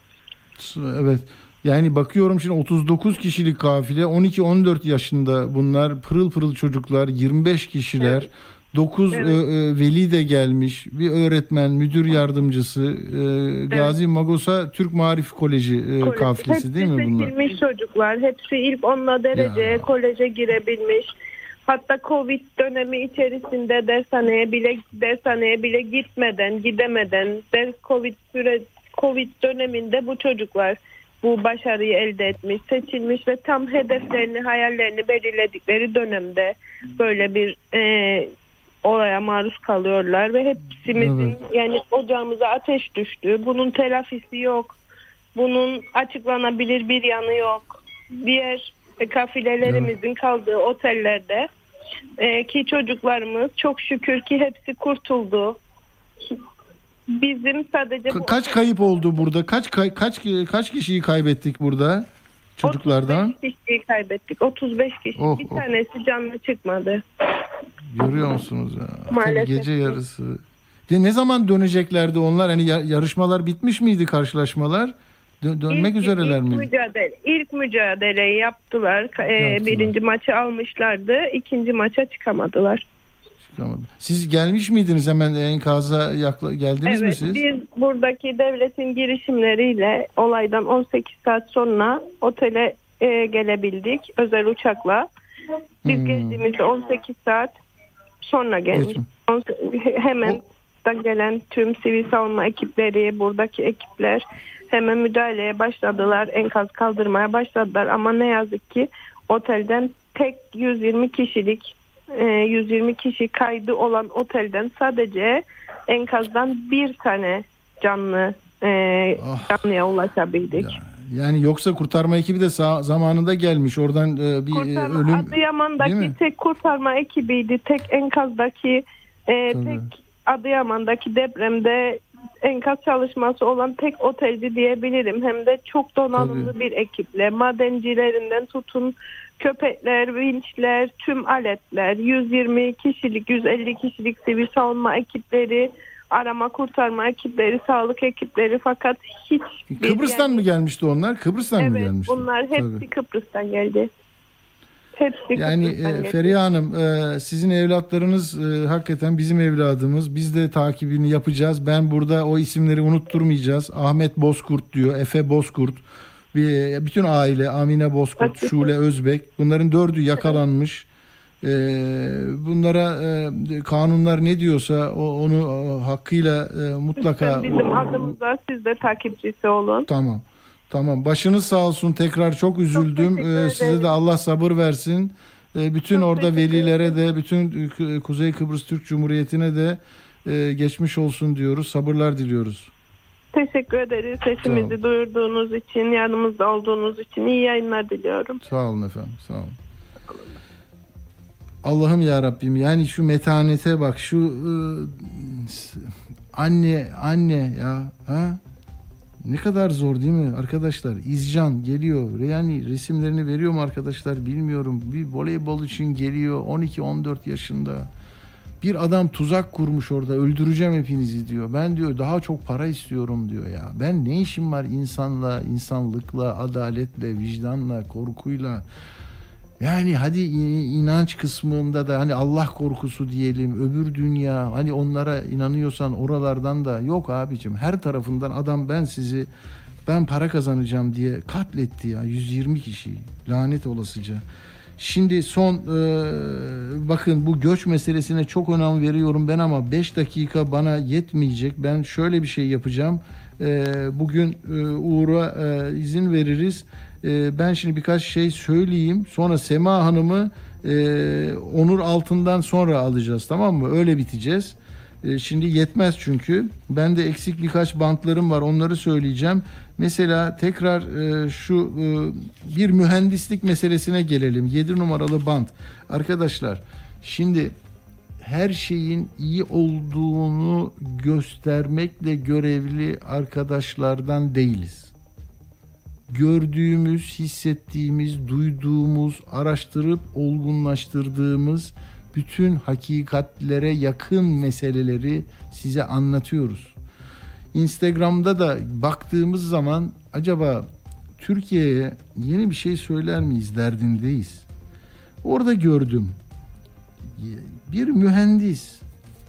Evet. Yani bakıyorum şimdi otuz dokuz kişilik kafile, on iki on dört yaşında bunlar, pırıl pırıl çocuklar, yirmi beş kişiler. Evet. dokuz Evet. e, e, veli de gelmiş. Bir öğretmen, müdür yardımcısı, e, Gazi Magosa Türk Maarif Koleji e, Kolej. kafilesi değil mi bunlar? Hepsi seçilmiş çocuklar. Hepsi ilk onla dereceye Ya. koleje girebilmiş. Hatta Covid dönemi içerisinde dershaneye bile dershaneye bile gitmeden, gidemeden, ders Covid süre Covid döneminde bu çocuklar bu başarıyı elde etmiş, seçilmiş ve tam hedeflerini, hayallerini belirledikleri dönemde böyle bir e, olaya maruz kalıyorlar ve hepsimizin Evet. yani ocağımıza ateş düştü. Bunun telafisi yok. Bunun açıklanabilir bir yanı yok. Diğer e, kafilelerimizin kaldığı otellerde e, ki çocuklarımız çok şükür ki hepsi kurtuldu. Bizim sadece Ka- bu kaç kayıp oldu burada? Kaç kay- kaç kaç kişiyi kaybettik burada çocuklardan? otuz beş kişiyi kaybettik. otuz beş kişi. Oh, bir oh. tanesi canlı çıkmadı. Görüyor musunuz ya? Tabii Maalesef. gece yarısı. Ya ne zaman döneceklerdi onlar? Hani ya- yarışmalar bitmiş miydi, karşılaşmalar? Dö- dönmek İlk- üzereler ilk mi? Mücadele, ilk mücadeleyi yaptılar. Ee, Yaptılar. birinci maçı almışlardı. İkinci maça çıkamadılar. Çıkamadı. Siz gelmiş miydiniz, hemen enkaza yakla geldiniz mi Evet, siz? biz buradaki devletin girişimleriyle olaydan on sekiz saat sonra otele e, gelebildik özel uçakla. Biz Hmm. geçtiğimizde on sekiz saat sonra gelmiş. Geçmiş. On- hemen da gelen tüm sivil savunma ekipleri, buradaki ekipler hemen müdahaleye başladılar. Enkaz kaldırmaya başladılar ama ne yazık ki otelden tek yüz yirmi kişilik e, yüz yirmi kişi kaydı olan otelden sadece enkazdan bir tane canlı e, Ah. canlıya ulaşabildik. Ya, yani yoksa kurtarma ekibi de sa- zamanında gelmiş. Oradan e, bir e, Kurtarma, ölüm değil Adıyaman'daki mi? tek kurtarma ekibiydi. Tek enkazdaki e, Tabii. tek Adıyaman'daki depremde enkaz çalışması olan tek oteldi diyebilirim. Hem de çok donanımlı Tabii. bir ekiple, madencilerinden tutun köpekler, vinçler, tüm aletler, yüz yirmi kişilik, yüz elli kişilik sivil savunma ekipleri, arama kurtarma ekipleri, sağlık ekipleri, fakat hiç Kıbrıs'tan mı gelmişti onlar? Kıbrıs'tan evet, mı gelmişti? bunlar hepsi Tabii. Kıbrıs'tan geldi. Hepsi Yani Kıbrıs'tan e, geldi. Feriha Hanım, e, sizin evlatlarınız e, hakikaten bizim evladımız. Biz de takibini yapacağız. Ben burada o isimleri unutturmayacağız. Ahmet Bozkurt diyor, Efe Bozkurt. Bir, bütün aile, Amine Bozkurt, Evet. Şule Özbek. Bunların dördü yakalanmış. E, bunlara e, kanunlar ne diyorsa o, onu e, hakkıyla e, mutlaka... Lütfen bizim adımıza siz de takipçisi olun. Tamam. Tamam. Başınız sağ olsun. Tekrar çok üzüldüm. teşekkür Ee, size ederim. de Allah sabır versin. Ee, bütün Çok orada teşekkür velilere de, bütün K- Kuzey Kıbrıs Türk Cumhuriyeti'ne de e, geçmiş olsun diyoruz. Sabırlar diliyoruz. Teşekkür ederiz. Sesimizi Sağ olun. duyurduğunuz için, yanımızda olduğunuz için iyi yayınlar diliyorum. Sağ olun efendim. Sağ olun. Allah'ım ya Rabbim, yani şu metanete bak, şu ıı, s- anne anne ya, ha? Ne kadar zor değil mi arkadaşlar? İzcan geliyor. Yani resimlerini veriyor mu arkadaşlar bilmiyorum. Bir voleybol için geliyor, on iki on dört yaşında. Bir adam tuzak kurmuş orada, öldüreceğim hepinizi diyor. Ben diyor daha çok para istiyorum diyor ya. Ben ne işim var insanla, insanlıkla, adaletle, vicdanla, korkuyla. Yani hadi inanç kısmında da hani Allah korkusu diyelim, öbür dünya, hani onlara inanıyorsan oralardan da yok abicim. Her tarafından adam ben sizi, ben para kazanacağım diye katletti ya, yüz yirmi kişiyi, lanet olasıca. Şimdi son e, bakın, bu göç meselesine çok önem veriyorum ben ama beş dakika bana yetmeyecek. Ben şöyle bir şey yapacağım. E, bugün e, Uğur'a e, izin veririz. E, ben şimdi birkaç şey söyleyeyim. Sonra Sema Hanım'ı e, Onur Altın'dan sonra alacağız, tamam mı? Öyle biteceğiz. E, şimdi yetmez çünkü. Ben de eksik birkaç bantlarım var, onları söyleyeceğim. Mesela tekrar e, şu e, bir mühendislik meselesine gelelim. yedi numaralı bant. Arkadaşlar şimdi her şeyin iyi olduğunu göstermekle görevli arkadaşlardan değiliz. Gördüğümüz, hissettiğimiz, duyduğumuz, araştırıp olgunlaştırdığımız bütün hakikatlere yakın meseleleri size anlatıyoruz. Instagram'da da baktığımız zaman acaba Türkiye'ye yeni bir şey söyler miyiz derdindeyiz. Orada gördüm bir mühendis,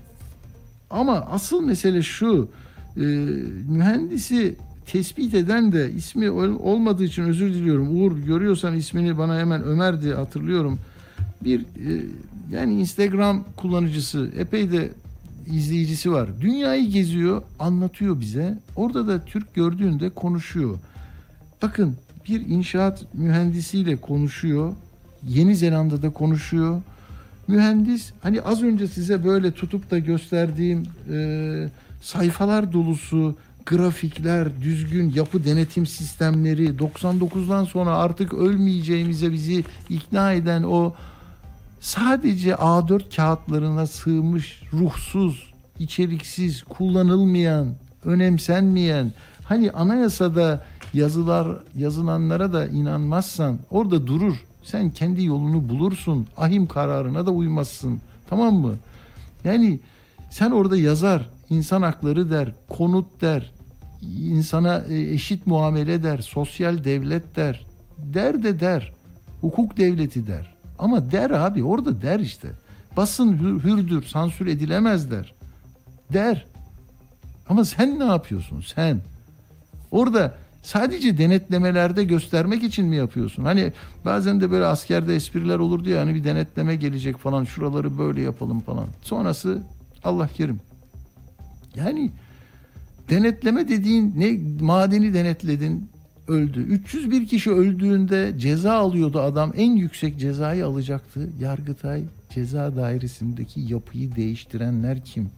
ama asıl mesele şu, e, mühendisi tespit eden de ismi olmadığı için özür diliyorum. Uğur, görüyorsan ismini bana hemen, Ömer diye hatırlıyorum. Bir e, yani Instagram kullanıcısı, epey de izleyicisi var. Dünyayı geziyor, anlatıyor bize. Orada da Türk gördüğünde konuşuyor. Bakın, bir inşaat mühendisiyle konuşuyor. Yeni Zelanda'da konuşuyor. Mühendis, hani az önce size böyle tutup da gösterdiğim e, sayfalar dolusu grafikler, düzgün yapı denetim sistemleri, doksan dokuzdan sonra artık ölmeyeceğimize bizi ikna eden o sadece A dört kağıtlarına sığmış, ruhsuz, içeriksiz, kullanılmayan, önemsenmeyen, hani anayasada yazılar yazılanlara da inanmazsan orada durur. Sen kendi yolunu bulursun. Ahim kararına da uymazsın. Tamam mı? Yani sen orada yazar, insan hakları der, konut der, insana eşit muamele der, sosyal devlet der. Der de der. Hukuk devleti der. Ama der abi, orada der işte. Basın hür, hürdür, sansür edilemez der. Der. Ama sen ne yapıyorsun sen? Orada sadece denetlemelerde göstermek için mi yapıyorsun? Hani bazen de böyle askerde espriler olurdu ya, hani bir denetleme gelecek falan, şuraları böyle yapalım falan. Sonrası Allah kerim. Yani denetleme dediğin ne? Madeni denetledin, öldü. üç yüz bir kişi öldüğünde ceza alıyordu adam. En yüksek cezayı alacaktı. Yargıtay Ceza Dairesi'ndeki yapıyı değiştirenler kim?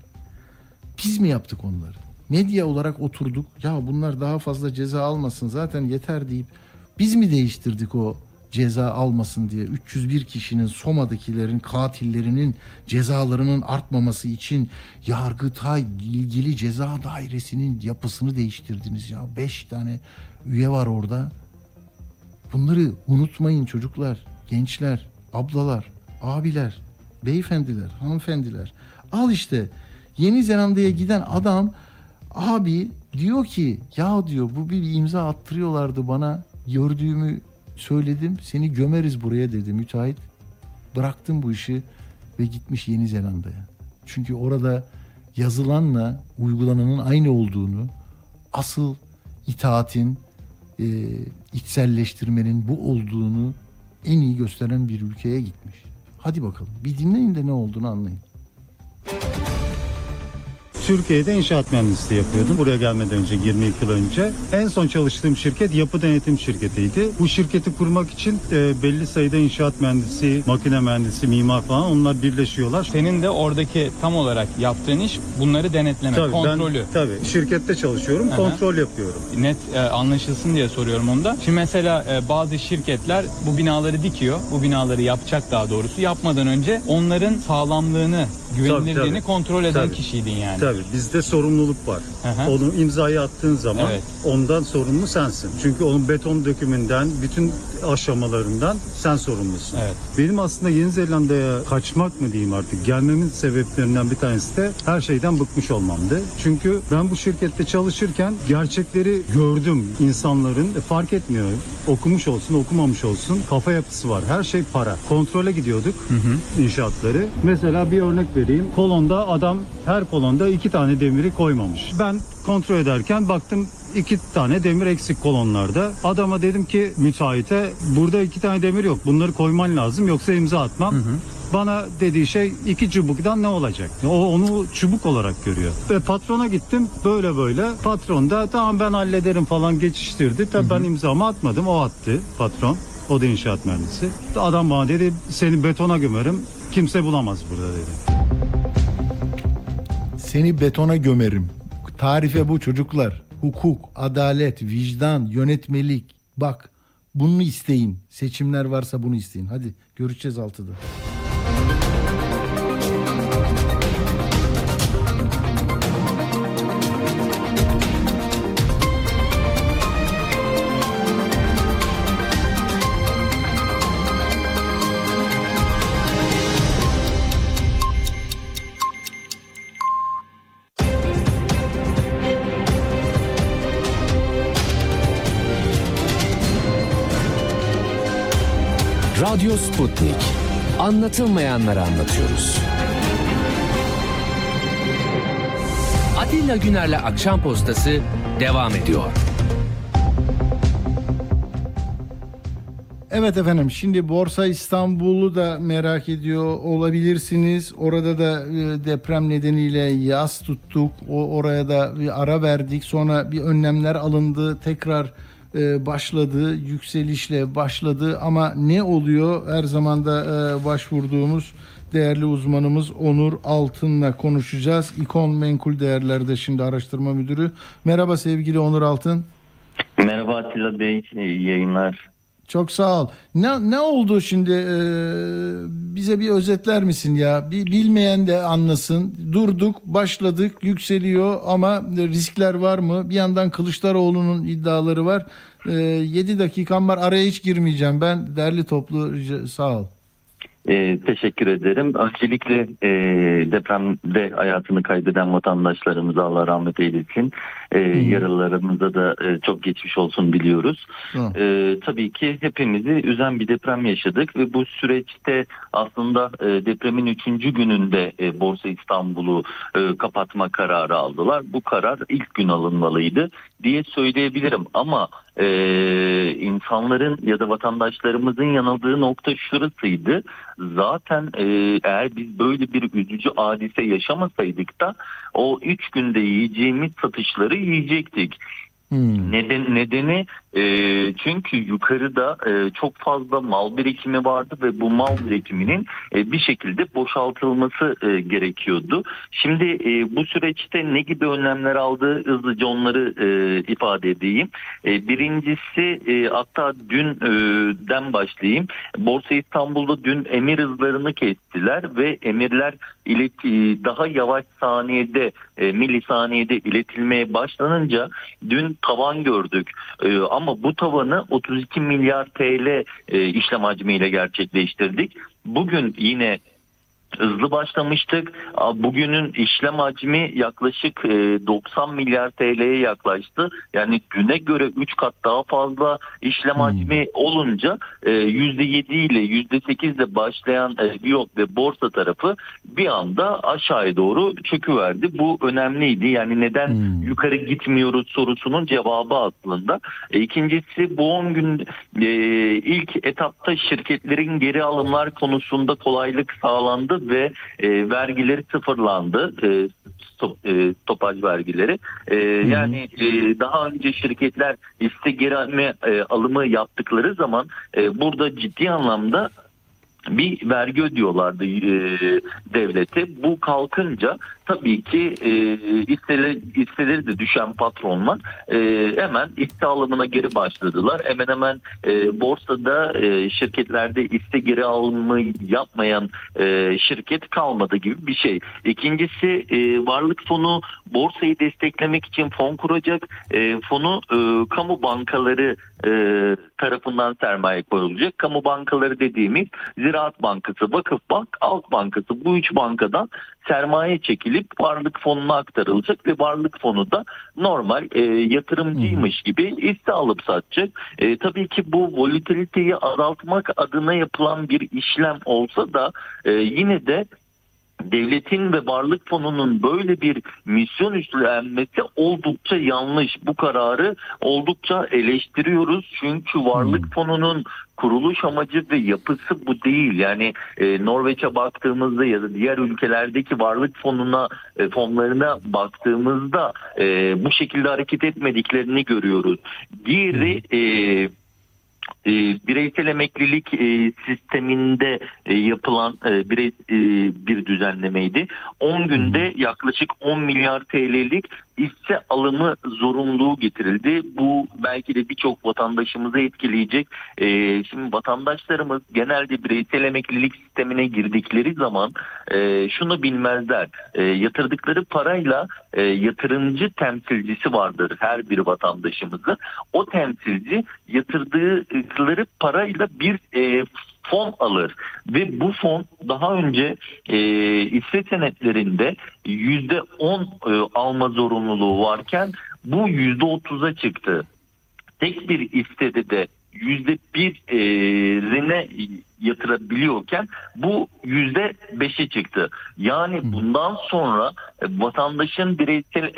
Biz mi yaptık onları? Medya olarak oturduk. Ya bunlar daha fazla ceza almasın, zaten yeter deyip biz mi değiştirdik o ceza almasın diye? üç yüz bir kişinin, Soma'dakilerin, katillerinin cezalarının artmaması için Yargıtay ilgili ceza dairesinin yapısını değiştirdiniz ya. Beş tane üye var orada. Bunları unutmayın çocuklar, gençler, ablalar, abiler, beyefendiler, hanımefendiler. Al işte Yeni Zelanda'ya giden adam abi diyor ki ya diyor bu bir imza attırıyorlardı bana, gördüğümü söyledim, seni gömeriz buraya dedi müteahhit. Bıraktım bu işi ve gitmiş Yeni Zelanda'ya. Çünkü orada yazılanla uygulananın aynı olduğunu, asıl itaatin, e, içselleştirmenin bu olduğunu en iyi gösteren bir ülkeye gitmiş. Hadi bakalım bir dinleyin de ne olduğunu anlayın. Türkiye'de inşaat mühendisliği yapıyordum. Buraya gelmeden önce yirmi iki yıl önce. En son çalıştığım şirket yapı denetim şirketiydi. Bu şirketi kurmak için e, belli sayıda inşaat mühendisi, makine mühendisi, mimar falan onlar birleşiyorlar. Senin de oradaki tam olarak yaptığın iş bunları denetlemek, tabii, kontrolü. Ben, tabii şirkette çalışıyorum, Aha. kontrol yapıyorum. Net e, anlaşılsın diye soruyorum onu da. Şimdi mesela e, bazı şirketler bu binaları dikiyor. Bu binaları yapacak daha doğrusu. Yapmadan önce onların sağlamlığını, güvenilirliğini tabii, tabii. kontrol eden tabii. kişiydin yani. Tabii. Bizde sorumluluk var. Aha. Onu imzayı attığın zaman evet. ondan sorumlu sensin. Çünkü onun beton dökümünden, bütün aşamalarından sen sorumlusun. Evet. Benim aslında Yeni Zelanda'ya kaçmak mı diyeyim artık, gelmemin sebeplerinden bir tanesi de her şeyden bıkmış olmamdı. Çünkü ben bu şirkette çalışırken gerçekleri gördüm insanların. E, fark etmiyor. Okumuş olsun, okumamış olsun. Kafa yapısı var. Her şey para. Kontrole gidiyorduk hı hı. inşaatları. Mesela bir örnek vereyim. Kolonda adam her kolonda iki tane demiri koymamış. Ben kontrol ederken baktım iki tane demir eksik kolonlarda. Adama dedim ki müteahhite burada iki tane demir yok. Bunları koyman lazım yoksa imza atmam. Hı hı. Bana dediği şey iki çubuktan ne olacak? O onu çubuk olarak görüyor. Ve patrona gittim böyle böyle. Patron da tamam ben hallederim falan geçiştirdi. Tabii ben imzamı atmadım. O attı patron. O da inşaat mühendisi. Adam bana dedi seni betona gömerim. Kimse bulamaz burada dedi. Seni betona gömerim. Tarife bu çocuklar. Hukuk, adalet, vicdan, yönetmelik. Bak bunu isteyin. Seçimler varsa bunu isteyin. Hadi görüşeceğiz altıda. Radyo Sputnik. Anlatılmayanları anlatıyoruz. Atilla Güner'le Akşam Postası devam ediyor. Evet efendim, şimdi Borsa İstanbul'u da merak ediyor olabilirsiniz. Orada da deprem nedeniyle yas tuttuk. O oraya da bir ara verdik. Sonra bir önlemler alındı. Tekrar başladı, yükselişle başladı ama ne oluyor? Her zaman da başvurduğumuz değerli uzmanımız Onur Altın'la konuşacağız. İkon Menkul Değerler'de şimdi araştırma müdürü. Merhaba sevgili Onur Altın. Merhaba Atilla Bey, iyi yayınlar. Çok sağ ol. Ne ne oldu şimdi? Ee, bize bir özetler misin ya? Bir bilmeyen de anlasın. Durduk, başladık, yükseliyor ama riskler var mı? Bir yandan Kılıçdaroğlu'nun iddiaları var. Ee, yedi dakikam var. Araya hiç girmeyeceğim. Ben derli toplu sağ ol. Ee, teşekkür ederim. Öncelikle e, depremde hayatını kaybeden vatandaşlarımıza Allah rahmet eylesin. E, yaralılarımıza da e, çok geçmiş olsun biliyoruz. E, tabii ki hepimizi üzen bir deprem yaşadık ve bu süreçte aslında e, depremin üçüncü gününde e, Borsa İstanbul'u e, kapatma kararı aldılar. Bu karar ilk gün alınmalıydı diye söyleyebilirim ama Ee, insanların ya da vatandaşlarımızın yanıldığı nokta şurasıydı. Zaten e, eğer biz böyle bir üzücü hadise yaşamasaydık da o üç günde yiyeceğimiz satışları yiyecektik. Hmm. Neden, nedeni e, çünkü yukarıda e, çok fazla mal birikimi vardı ve bu mal birikiminin e, bir şekilde boşaltılması e, gerekiyordu. Şimdi e, bu süreçte ne gibi önlemler aldı, hızlıca onları e, ifade edeyim. E, birincisi e, hatta dünden başlayayım. Borsa İstanbul'da dün emir hızlarını kestiler ve emirler ilet, daha yavaş saniyede, e, milisaniyede iletilmeye başlanınca dün tavan gördük. E, ama bu tavanı otuz iki milyar T L e, işlem hacmiyle gerçekleştirdik. Bugün yine hızlı başlamıştık. Bugünün işlem hacmi yaklaşık doksan milyar T L'ye yaklaştı. Yani düne göre üç kat daha fazla işlem hacmi olunca yüzde yedi ile yüzde sekiz ile başlayan Viyop ve borsa tarafı bir anda aşağıya doğru çöküverdi. Bu önemliydi. Yani neden hmm. yukarı gitmiyoruz sorusunun cevabı aslında. İkincisi bu on gün ilk etapta şirketlerin geri alımlar konusunda kolaylık sağlandı ve e, vergileri sıfırlandı, e, stop, e, stopaj vergileri. E, yani e, daha önce şirketler hisse geri alımı, e, alımı yaptıkları zaman e, burada ciddi anlamda bir vergi ödüyorlardı e, devlete. Bu kalkınca tabii ki e, hisseleri, hisseleri de düşen patronlar e, hemen hisse alımına geri başladılar. Hemen hemen e, borsada e, şirketlerde hisse geri alımı yapmayan e, şirket kalmadı gibi bir şey. İkincisi e, varlık fonu borsayı desteklemek için fon kuracak. E, fonu e, kamu bankaları e, tarafından sermaye koyulacak. Kamu bankaları dediğimiz Ziraat Bankası, Vakıfbank, Halk Bankası, bu üç bankadan sermaye çekilip varlık fonuna aktarılacak ve varlık fonu da normal e, yatırımcıymış gibi hisse alıp satacak. E, tabii ki bu volatiliteyi azaltmak adına yapılan bir işlem olsa da e, yine de devletin ve varlık fonunun böyle bir misyon üstlenmesi oldukça yanlış. Bu kararı oldukça eleştiriyoruz. Çünkü varlık hmm. fonunun kuruluş amacı ve yapısı bu değil. Yani e, Norveç'e baktığımızda ya da diğer ülkelerdeki varlık fonuna e, fonlarına baktığımızda e, bu şekilde hareket etmediklerini görüyoruz. Diğeri hmm. e, E, bireysel emeklilik e, sisteminde e, yapılan e, birey, e, bir düzenlemeydi. on günde yaklaşık on milyar T L'lik hisse alımı zorunluluğu getirildi. Bu belki de birçok vatandaşımızı etkileyecek. E, şimdi vatandaşlarımız genelde bireysel emeklilik sistemine girdikleri zaman e, şunu bilmezler. E, yatırdıkları parayla e, yatırımcı temsilcisi vardır her bir vatandaşımızın. O temsilci yatırdıkları parayla bir e, fon alır ve bu fon daha önce e, hisse senetlerinde yüzde on e, alma zorunluluğu varken bu yüzde otuza çıktı. Tek bir hissede de yüzde birine yatırabiliyorken bu yüzde beşe çıktı. Yani bundan sonra vatandaşın bireysel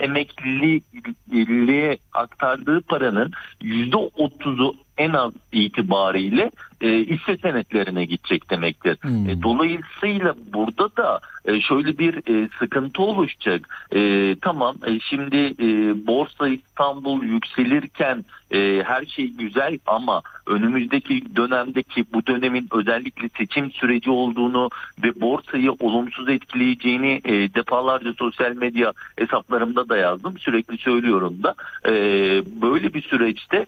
emekliliğe aktardığı paranın yüzde otuzu en az itibariyle e, hisse senetlerine gidecek demektir. Hmm. E, dolayısıyla burada da e, şöyle bir e, sıkıntı oluşacak. E, tamam e, şimdi e, Borsa İstanbul yükselirken e, her şey güzel ama önümüzdeki dönemdeki bu dönemin özellikle seçim süreci olduğunu ve borsayı olumsuz etkileyeceğini e, defalarca sosyal medya hesaplarımda da yazdım. Sürekli söylüyorum da. E, böyle bir süreçte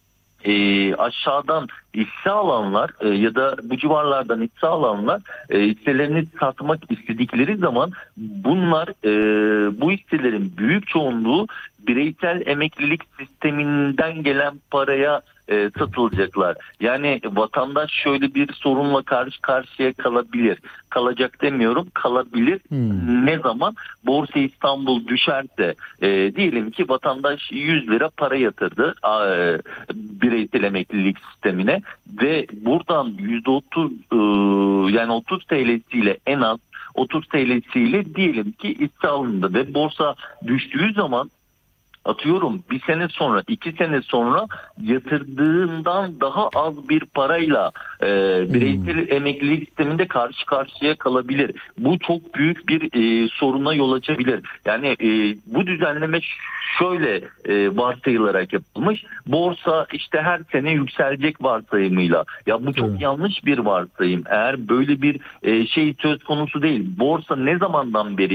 E, aşağıdan hisse alanlar e, ya da bu civarlardan hisse alanlar e, hisselerini satmak istedikleri zaman bunlar e, bu hisselerin büyük çoğunluğu bireysel emeklilik sisteminden gelen paraya e, satılacaklar. Yani vatandaş şöyle bir sorunla karşı karşıya kalabilir. Kalacak demiyorum, kalabilir. Hmm. Ne zaman? Borsa İstanbul düşerse e, diyelim ki vatandaş yüz lira para yatırdı e, bireysel emeklilik sistemine ve buradan yüzde otuz e, yani otuz T L'siyle en az otuz T L'siyle diyelim ki hisse alındı ve borsa düştüğü zaman atıyorum bir sene sonra, iki sene sonra yatırdığından daha az bir parayla e, bireysel hmm. emeklilik sisteminde karşı karşıya kalabilir. Bu çok büyük bir e, soruna yol açabilir. Yani e, bu düzenleme şöyle e, varsayılarak yapılmış. Borsa işte her sene yükselecek varsayımıyla. Ya bu çok hmm. yanlış bir varsayım. Eğer böyle bir e, şey söz konusu değil. Borsa ne zamandan beri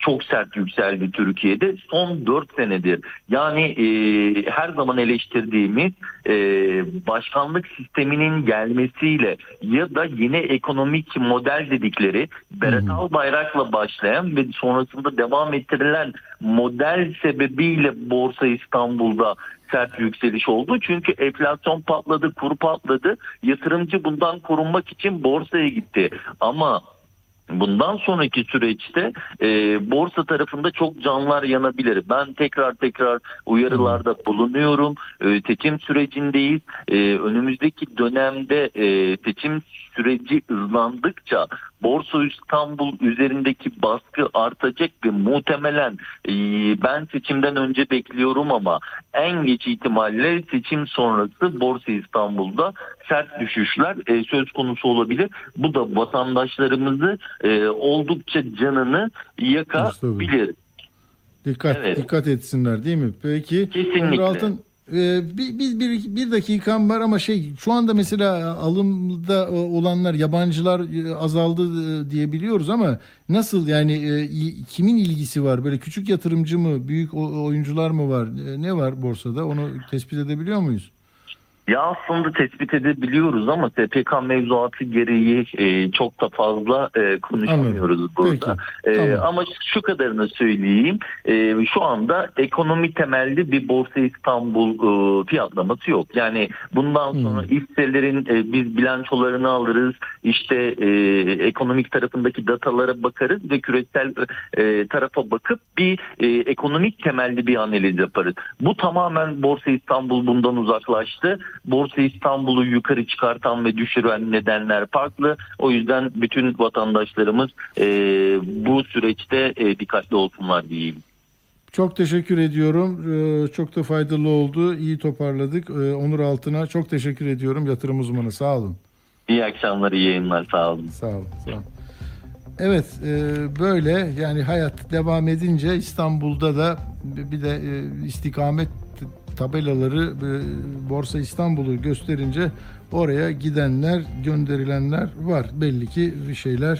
çok sert yükseldi Türkiye'de son dört senedir. Yani e, her zaman eleştirdiğimiz e, başkanlık sisteminin gelmesiyle ya da yine ekonomik model dedikleri Berat Albayrak'la başlayan ve sonrasında devam ettirilen model sebebiyle Borsa İstanbul'da sert yükseliş oldu. Çünkü enflasyon patladı, kur patladı. Yatırımcı bundan korunmak için borsaya gitti. Ama bundan sonraki süreçte e, borsa tarafında çok canlar yanabilir. Ben tekrar tekrar uyarılarda bulunuyorum. E, seçim sürecindeyiz. E, önümüzdeki dönemde e, seçim süreci hızlandıkça Borsa İstanbul üzerindeki baskı artacak ve muhtemelen e, ben seçimden önce bekliyorum ama en geç ihtimalle seçim sonrası Borsa İstanbul'da sert düşüşler e, söz konusu olabilir. Bu da vatandaşlarımızı e, oldukça canını yakabilir. Dikkat evet. dikkat etsinler değil mi? Peki. Kesinlikle. Altın, e, bir, bir, bir, bir dakikam var ama şey şu anda mesela alımda olanlar yabancılar azaldı diyebiliyoruz ama nasıl yani e, kimin ilgisi var? Böyle küçük yatırımcı mı, büyük oyuncular mı var? E, ne var borsada? Onu tespit edebiliyor muyuz? Ya aslında tespit edebiliyoruz ama S P K mevzuatı gereği e, çok da fazla e, konuşamıyoruz Anladım. burada. E, tamam. Ama şu kadarını söyleyeyim. E, şu anda ekonomi temelli bir Borsa İstanbul e, fiyatlaması yok. Yani bundan sonra hmm. hisselerin e, biz bilançolarını alırız. İşte e, ekonomik tarafındaki datalara bakarız ve küresel e, tarafa bakıp bir e, ekonomik temelli bir analiz yaparız. Bu tamamen Borsa İstanbul bundan uzaklaştı. Borsa İstanbul'u yukarı çıkartan ve düşüren nedenler farklı. O yüzden bütün vatandaşlarımız e, bu süreçte e, dikkatli olsunlar diyeyim. Çok teşekkür ediyorum. Ee, çok da faydalı oldu. İyi toparladık. Ee, Onur Altın'a çok teşekkür ediyorum. Yatırım uzmanı. Sağ olun. İyi akşamlar, iyi yayınlar. Sağ olun. Sağ olun. Sağ olun. Evet e, böyle yani hayat devam edince İstanbul'da da bir de e, istikamet tabelaları Borsa İstanbul'u gösterince oraya gidenler, gönderilenler var. Belli ki bir şeyler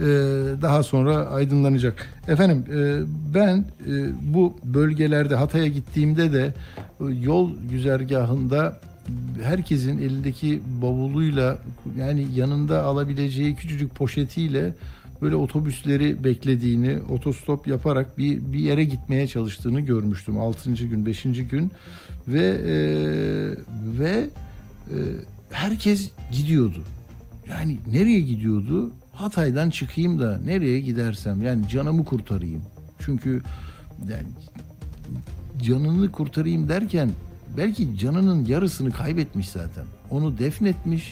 daha sonra aydınlanacak. Efendim ben bu bölgelerde Hatay'a gittiğimde de yol güzergahında herkesin elindeki bavuluyla yani yanında alabileceği küçücük poşetiyle böyle otobüsleri beklediğini, otostop yaparak bir bir yere gitmeye çalıştığını görmüştüm. altıncı gün, beşinci gün ve e, ve e, herkes gidiyordu. Yani nereye gidiyordu? Hatay'dan çıkayım da nereye gidersem yani canımı kurtarayım. Çünkü yani canını kurtarayım derken belki canının yarısını kaybetmiş zaten. Onu defnetmiş.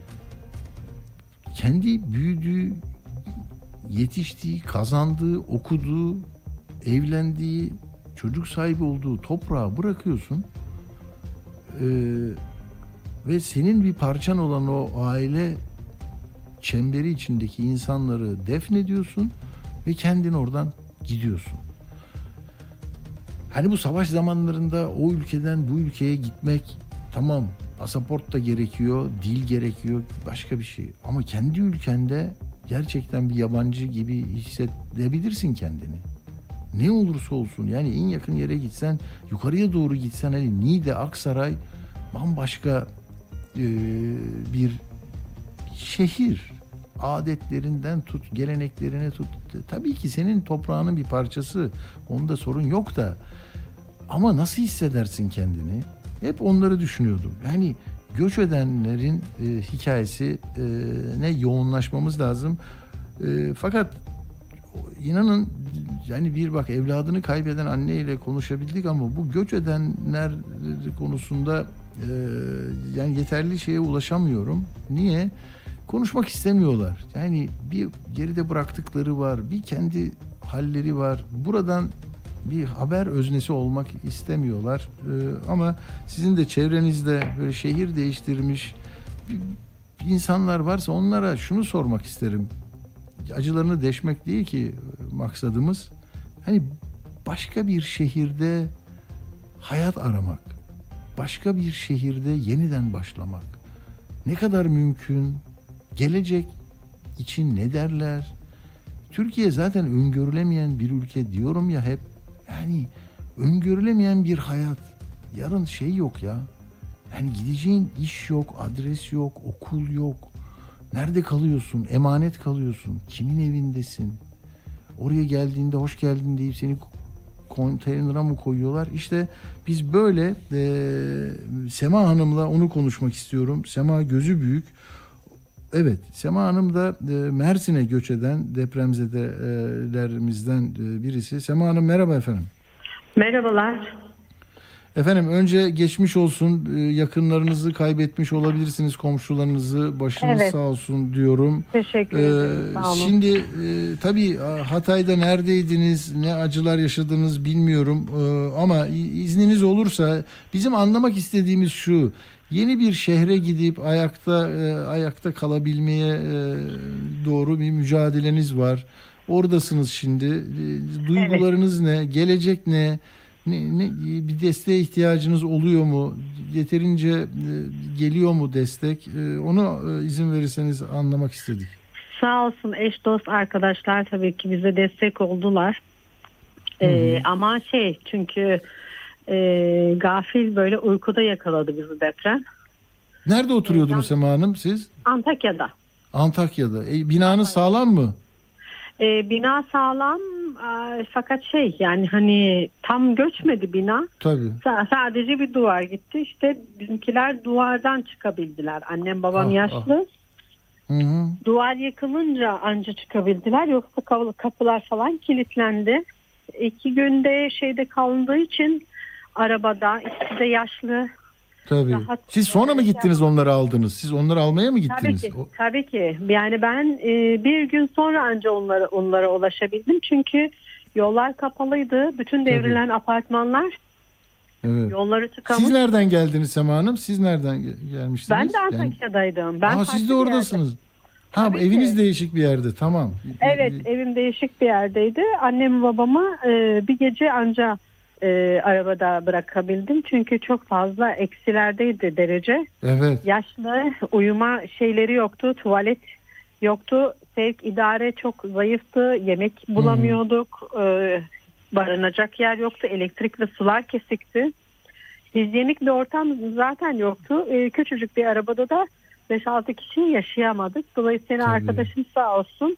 Kendi büyüdüğü, yetiştiği, kazandığı, okuduğu, evlendiği, çocuk sahibi olduğu toprağı bırakıyorsun. Ee, ve senin bir parçan olan o aile çemberi içindeki insanları defnediyorsun ve kendin oradan gidiyorsun. Hani bu savaş zamanlarında o ülkeden bu ülkeye gitmek tamam, pasaport da gerekiyor, dil gerekiyor, başka bir şey. Ama kendi ülkende gerçekten bir yabancı gibi hissedebilirsin kendini. Ne olursa olsun yani en yakın yere gitsen, yukarıya doğru gitsen hani Niğde, Aksaray bambaşka e, bir şehir. Adetlerinden tut, geleneklerine tut. Tabii ki senin toprağının bir parçası. Onda sorun yok da. Ama nasıl hissedersin kendini? Hep onları düşünüyordum. Yani göç edenlerin e, hikayesi e, ne yoğunlaşmamız lazım. E, fakat inanın yani bir bak evladını kaybeden anneyle konuşabildik ama bu göç edenler konusunda e, yani yeterli şeye ulaşamıyorum. Niye? Konuşmak istemiyorlar. Yani bir geride bıraktıkları var, bir kendi halleri var. Buradan bir haber öznesi olmak istemiyorlar. Ee, ama sizin de çevrenizde böyle şehir değiştirmiş insanlar varsa onlara şunu sormak isterim. Acılarını deşmek değil ki maksadımız. Hani başka bir şehirde hayat aramak, başka bir şehirde yeniden başlamak ne kadar mümkün? Gelecek için ne derler? Türkiye zaten öngörülemeyen bir ülke diyorum ya hep. Yani öngörülemeyen bir hayat. Yarın şey yok ya. Yani gideceğin iş yok, adres yok, okul yok. Nerede kalıyorsun? Emanet kalıyorsun. Kimin evindesin? Oraya geldiğinde hoş geldin deyip seni konteynere mı koyuyorlar? İşte biz böyle e, Sema Hanım'la onu konuşmak istiyorum. Sema gözü büyük. Evet, Sema Hanım da e, Mersin'e göç eden depremzedelerimizden e, birisi. Sema Hanım merhaba efendim. Merhabalar. Efendim önce geçmiş olsun, e, yakınlarınızı kaybetmiş olabilirsiniz, komşularınızı, başınız Evet. sağ olsun diyorum. Teşekkür ederim. Sağ olun. Şimdi e, tabii Hatay'da neredeydiniz, ne acılar yaşadınız bilmiyorum e, ama izniniz olursa bizim anlamak istediğimiz şu: yeni bir şehre gidip ayakta e, ayakta kalabilmeye e, doğru bir mücadeleniz var. Oradasınız şimdi. E, duygularınız ne? Gelecek ne? Ne, ne? Bir desteğe ihtiyacınız oluyor mu? Yeterince e, geliyor mu destek? E, onu e, izin verirseniz anlamak istedik. Sağ olsun eş dost arkadaşlar tabii ki bize destek oldular. Ee, ama şey çünkü e, gafil böyle uykuda yakaladı bizi deprem. Nerede oturuyordunuz Sema Hanım siz? Antakya'da. Antakya'da. E, binanız sağlam mı? Ee, bina sağlam e, fakat şey yani hani tam göçmedi bina. Tabii. Sa- sadece bir duvar gitti. İşte bizimkiler duvardan çıkabildiler. Annem babam Ah, yaşlı. Hı hı. Duvar yıkılınca anca çıkabildiler. Yoksa kapı- kapılar falan kilitlendi. İki günde şeyde kalındığı için arabada, ikisi de yaşlı. Tabii. Rahat- Siz sonra mı gittiniz onları aldınız? Siz onları almaya mı gittiniz? Tabii ki. O- Tabii ki. Yani ben e, bir gün sonra anca onlara onlara ulaşabildim. Çünkü yollar kapalıydı. Bütün devrilen apartmanlar Evet. yolları tıkamış. Siz nereden geldiniz Sema Hanım? Siz nereden gel- gelmiştiniz? Ben de Yani- Antakya'daydım. Ben Aa, farklı siz de bir oradasınız. Ha, Tabii eviniz ki. değişik bir yerde. Tamam. Evet, evim değişik bir yerdeydi. Annemi babamı e, bir gece anca e, arabada bırakabildim. Çünkü çok fazla eksilerdeydi derece. Evet. Yaşlı, uyuma şeyleri yoktu, tuvalet yoktu. Sevk idare çok zayıftı, yemek bulamıyorduk. E, barınacak yer yoktu, elektrik ve sular kesikti. Hijyenik bir ortam zaten yoktu. E, küçücük bir arabada da beş altı kişi yaşayamadık. Dolayısıyla Tabii. arkadaşım sağ olsun.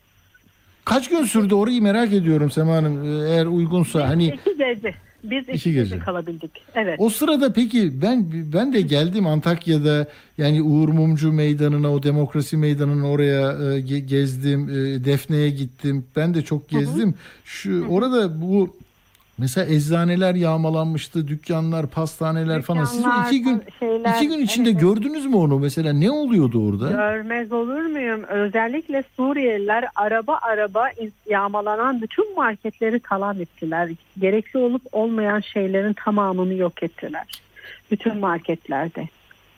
Kaç gün sürdü orayı merak ediyorum Sema Hanım. Ee, Eğer uygunsa hani İki gece. Biz iki, İki gece. gece. kalabildik. Evet. o sırada peki ben ben de geldim Antakya'da, yani Uğur Mumcu Meydanı'na, o demokrasi meydanına, oraya e, ge- gezdim. E, Defne'ye gittim. Ben de çok gezdim. Şu orada bu mesela eczaneler yağmalanmıştı, dükkanlar, pastaneler falan. Siz o Dükkanlar, iki gün şeyler, iki gün içinde evet, gördünüz mü onu? Mesela ne oluyordu orada? Görmez olur muyum? Özellikle Suriyeliler araba araba yağmalanan bütün marketleri talan ettiler. Gerekli olup olmayan şeylerin tamamını yok ettiler. Bütün marketlerde.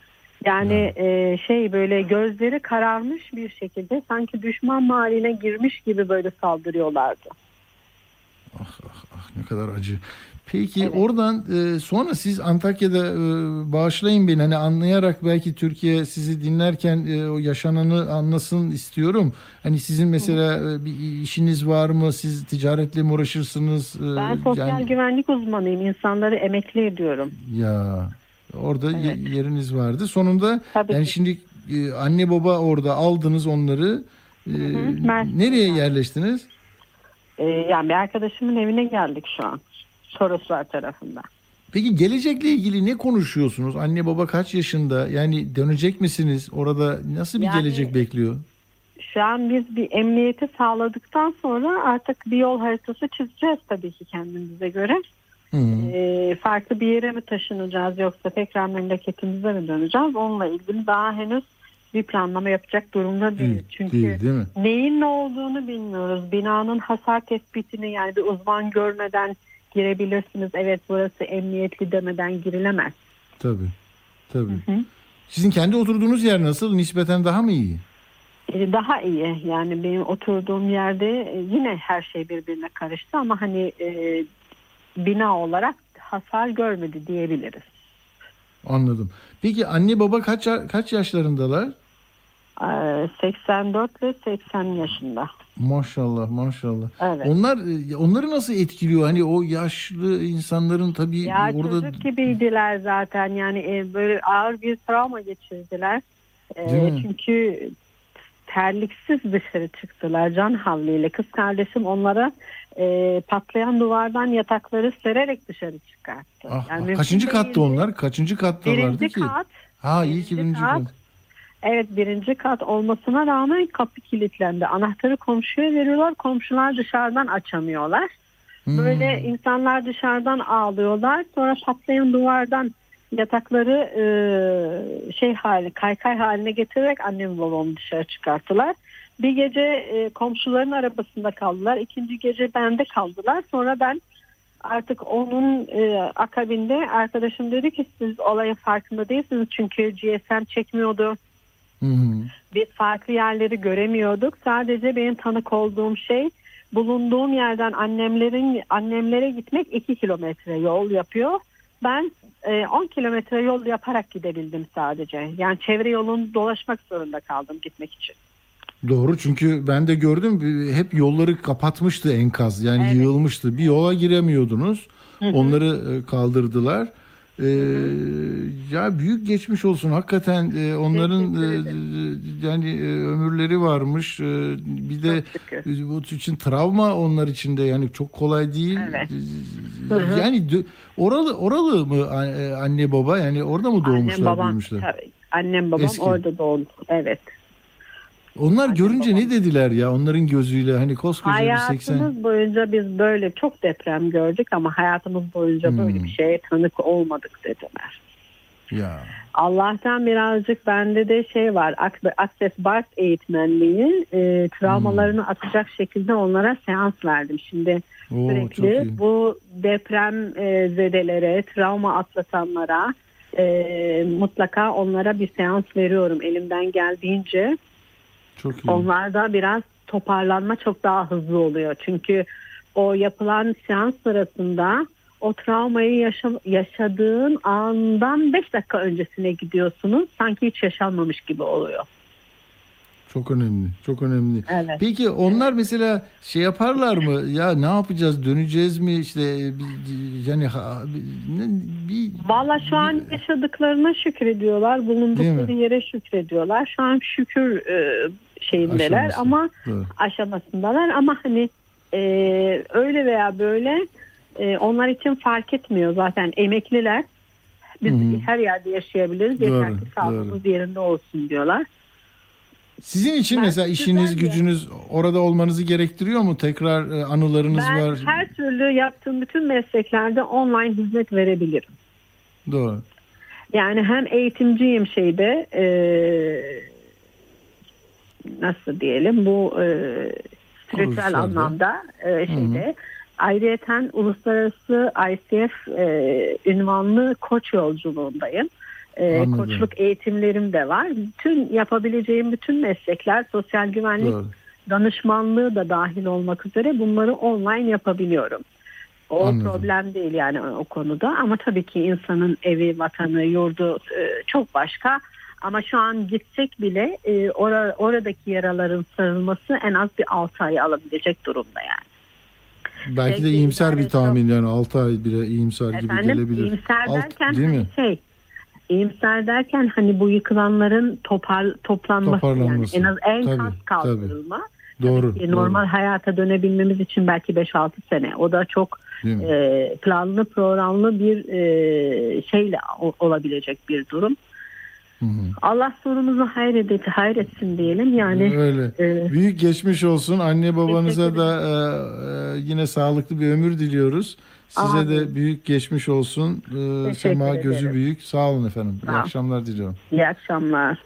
Yani e, şey böyle gözleri kararmış bir şekilde sanki düşman mahalline girmiş gibi böyle saldırıyorlardı. Ne kadar acı. Peki oradan e, sonra siz Antakya'da e, bağışlayın beni, hani anlayarak belki Türkiye sizi dinlerken e, o yaşananı anlasın istiyorum. Hani sizin mesela e, bir işiniz var mı? Siz ticaretle mi uğraşırsınız? E, Ben sosyal yani- güvenlik uzmanıyım. İnsanları emekli ediyorum. Ya orada ye- yeriniz vardı. Sonunda Tabii yani ki. şimdi e, anne baba orada aldınız onları. E, Mersin'de nereye yerleştiniz? Ee, yani bir arkadaşımın evine geldik şu an. Toroslar tarafında. Peki gelecekle ilgili ne konuşuyorsunuz? Anne baba kaç yaşında? Yani dönecek misiniz? Orada nasıl bir Yani- gelecek bekliyor? Şu an biz bir emniyeti sağladıktan sonra artık bir yol haritası çizeceğiz tabii ki kendimize göre. Ee, farklı bir yere mi taşınacağız yoksa tekrar memleketimize mi döneceğiz? Onunla ilgili daha henüz bir planlama yapacak durumda değiliz. Çünkü Değil, değil mi? neyin ne olduğunu bilmiyoruz. Binanın hasar tespitini yani bir uzman görmeden girebilirsiniz. Evet burası emniyetli demeden girilemez. Tabii. Tabii. Sizin kendi oturduğunuz yer nasıl? Nispeten daha mı iyi? Ee, Daha iyi. Yani benim oturduğum yerde e, yine her şey birbirine karıştı ama hani e, bina olarak hasar görmedi diyebiliriz. Anladım. Peki anne baba kaç kaç yaşlarındalar? Ee, seksen dört ve seksen yaşında. Maşallah maşallah. Evet. Onlar onları nasıl etkiliyor? Hani o yaşlı insanların tabii Ya orada çocuk gibiydiler zaten, yani e, böyle ağır bir travma geçirdiler. E, Değil mi? çünkü terliksiz dışarı çıktılar can havliyle. Kız kardeşim onlara e, patlayan duvardan yatakları sererek dışarı çıkarttı. Ah, Yani ah, mümkün kaçıncı katta değildi. onlar? Kaçıncı kattalardı Birinci ki? kat. Ha iyi ki birinci kat. kat. Evet, birinci kat olmasına rağmen kapı kilitlendi. Anahtarı komşuya veriyorlar. Komşular dışarıdan açamıyorlar. Hmm. Böyle insanlar dışarıdan ağlıyorlar. Sonra patlayan duvardan yatakları e, şey hali, kaykay haline getirerek annem babamı dışarı çıkarttılar. Bir gece e, komşuların arabasında kaldılar. İkinci gece bende kaldılar. Sonra ben artık onun e, akabinde arkadaşım dedi ki siz olayın farkında değilsiniz. Çünkü G S M çekmiyordu. Hı. Biz farklı yerleri göremiyorduk. Sadece benim tanık olduğum şey, bulunduğum yerden annemlerin annemlere gitmek iki kilometre yol yapıyor. Ben e, on kilometre yol yaparak gidebildim sadece. Yani çevre yolunu dolaşmak zorunda kaldım gitmek için. Doğru, çünkü ben de gördüm hep yolları kapatmıştı enkaz. Yani Evet. yığılmıştı. Bir yola giremiyordunuz. Hı hı. Onları e, kaldırdılar. Ee, ya büyük geçmiş olsun hakikaten, e, onların e, yani e, ömürleri varmış. E, bir de e, bu için travma onlar için de yani çok kolay değil. Evet. E, Hı hı. Yani dö- oralı oralı mı e, anne baba, yani orada mı doğmuşlar, Annem babam, büyümüşler? tabii. Annem babam Eski. orada doğdu. Evet. Onlar görünce ne dediler ya, onların gözüyle, hani koskoca bir Hayatımız seksen boyunca biz böyle çok deprem gördük ama hayatımız boyunca Hmm. böyle bir şeye tanık olmadık dediler. ya. Allah'tan birazcık bende de şey var. Ak- Access Bars eğitmenliği, e, travmalarını atacak şekilde onlara seans verdim. Şimdi Oo, çok sürekli iyi. bu deprem e, zedelere, travma atlatanlara e, mutlaka onlara bir seans veriyorum elimden geldiğince. Çok iyi. Onlarda biraz toparlanma çok daha hızlı oluyor. Çünkü o yapılan seans sırasında o travmayı yaşa- yaşadığın andan beş dakika öncesine gidiyorsunuz. Sanki hiç yaşanmamış gibi oluyor. Çok önemli, çok önemli. Evet. Peki onlar mesela şey yaparlar mı? Ya ne yapacağız? Döneceğiz mi? İşte bir- yani ha- bir, bir Valla şu an yaşadıklarına şükrediyorlar. Değil Bulundukları mi? yere şükrediyorlar. Şu an şükür e, şeyindeler Aşaması. ama Doğru. aşamasındalar ama hani e, öyle veya böyle e, onlar için fark etmiyor zaten, emekliler. Biz Hı hı. her yerde yaşayabiliriz. Doğru, Yeter ki sağlığımız doğru. yerinde olsun diyorlar. Sizin için Ben mesela işiniz, güzel bir- gücünüz orada olmanızı gerektiriyor mu? Tekrar e, anılarınız Ben var. her türlü yaptığım bütün mesleklerde online hizmet verebilirim. Doğru. Yani hem eğitimciyim şeyde e, nasıl diyelim bu e, spiritüel Kuruluşlarda. anlamda e, şeyde. Ayrıyeten uluslararası I C F e, ünvanlı koç yolculuğundayım. E, Anladım. koçluk eğitimlerim de var. Bütün yapabileceğim bütün meslekler, sosyal güvenlik Doğru. danışmanlığı da dahil olmak üzere bunları online yapabiliyorum. O Anladım. problem değil yani o konuda, ama tabii ki insanın evi, vatanı, yurdu e, çok başka. Ama şu an gitsek bile e, ora, oradaki yaraların sarılması en az bir altı ay alabilecek durumda yani. Belki de Peki, iyimser bir yani tahmin, yani altı ay bile iyimser gibi Efendim, gelebilir. iyimser Alt- derken değil mi? hani şey, iyimser derken hani bu yıkılanların topar, toplanması, Toparlanması. yani en az Tabii, enkaz kaldırılma. Doğru. Tabii ki normal doğru. hayata dönebilmemiz için belki beş altı sene. O da çok Değil mi? e, planlı programlı bir e, şeyle o- olabilecek bir durum. Hı hı. Allah sorumuzu hayret, hayretsin diyelim. Yani Öyle. e, Büyük geçmiş olsun. Anne babanıza Teşekkür da e, e, yine sağlıklı bir ömür diliyoruz. Size Amin. de büyük geçmiş olsun. E, Teşekkür Sema gözü ederim. büyük. Sağ olun efendim. İyi Sağ ol. akşamlar diliyorum. iyi akşamlar.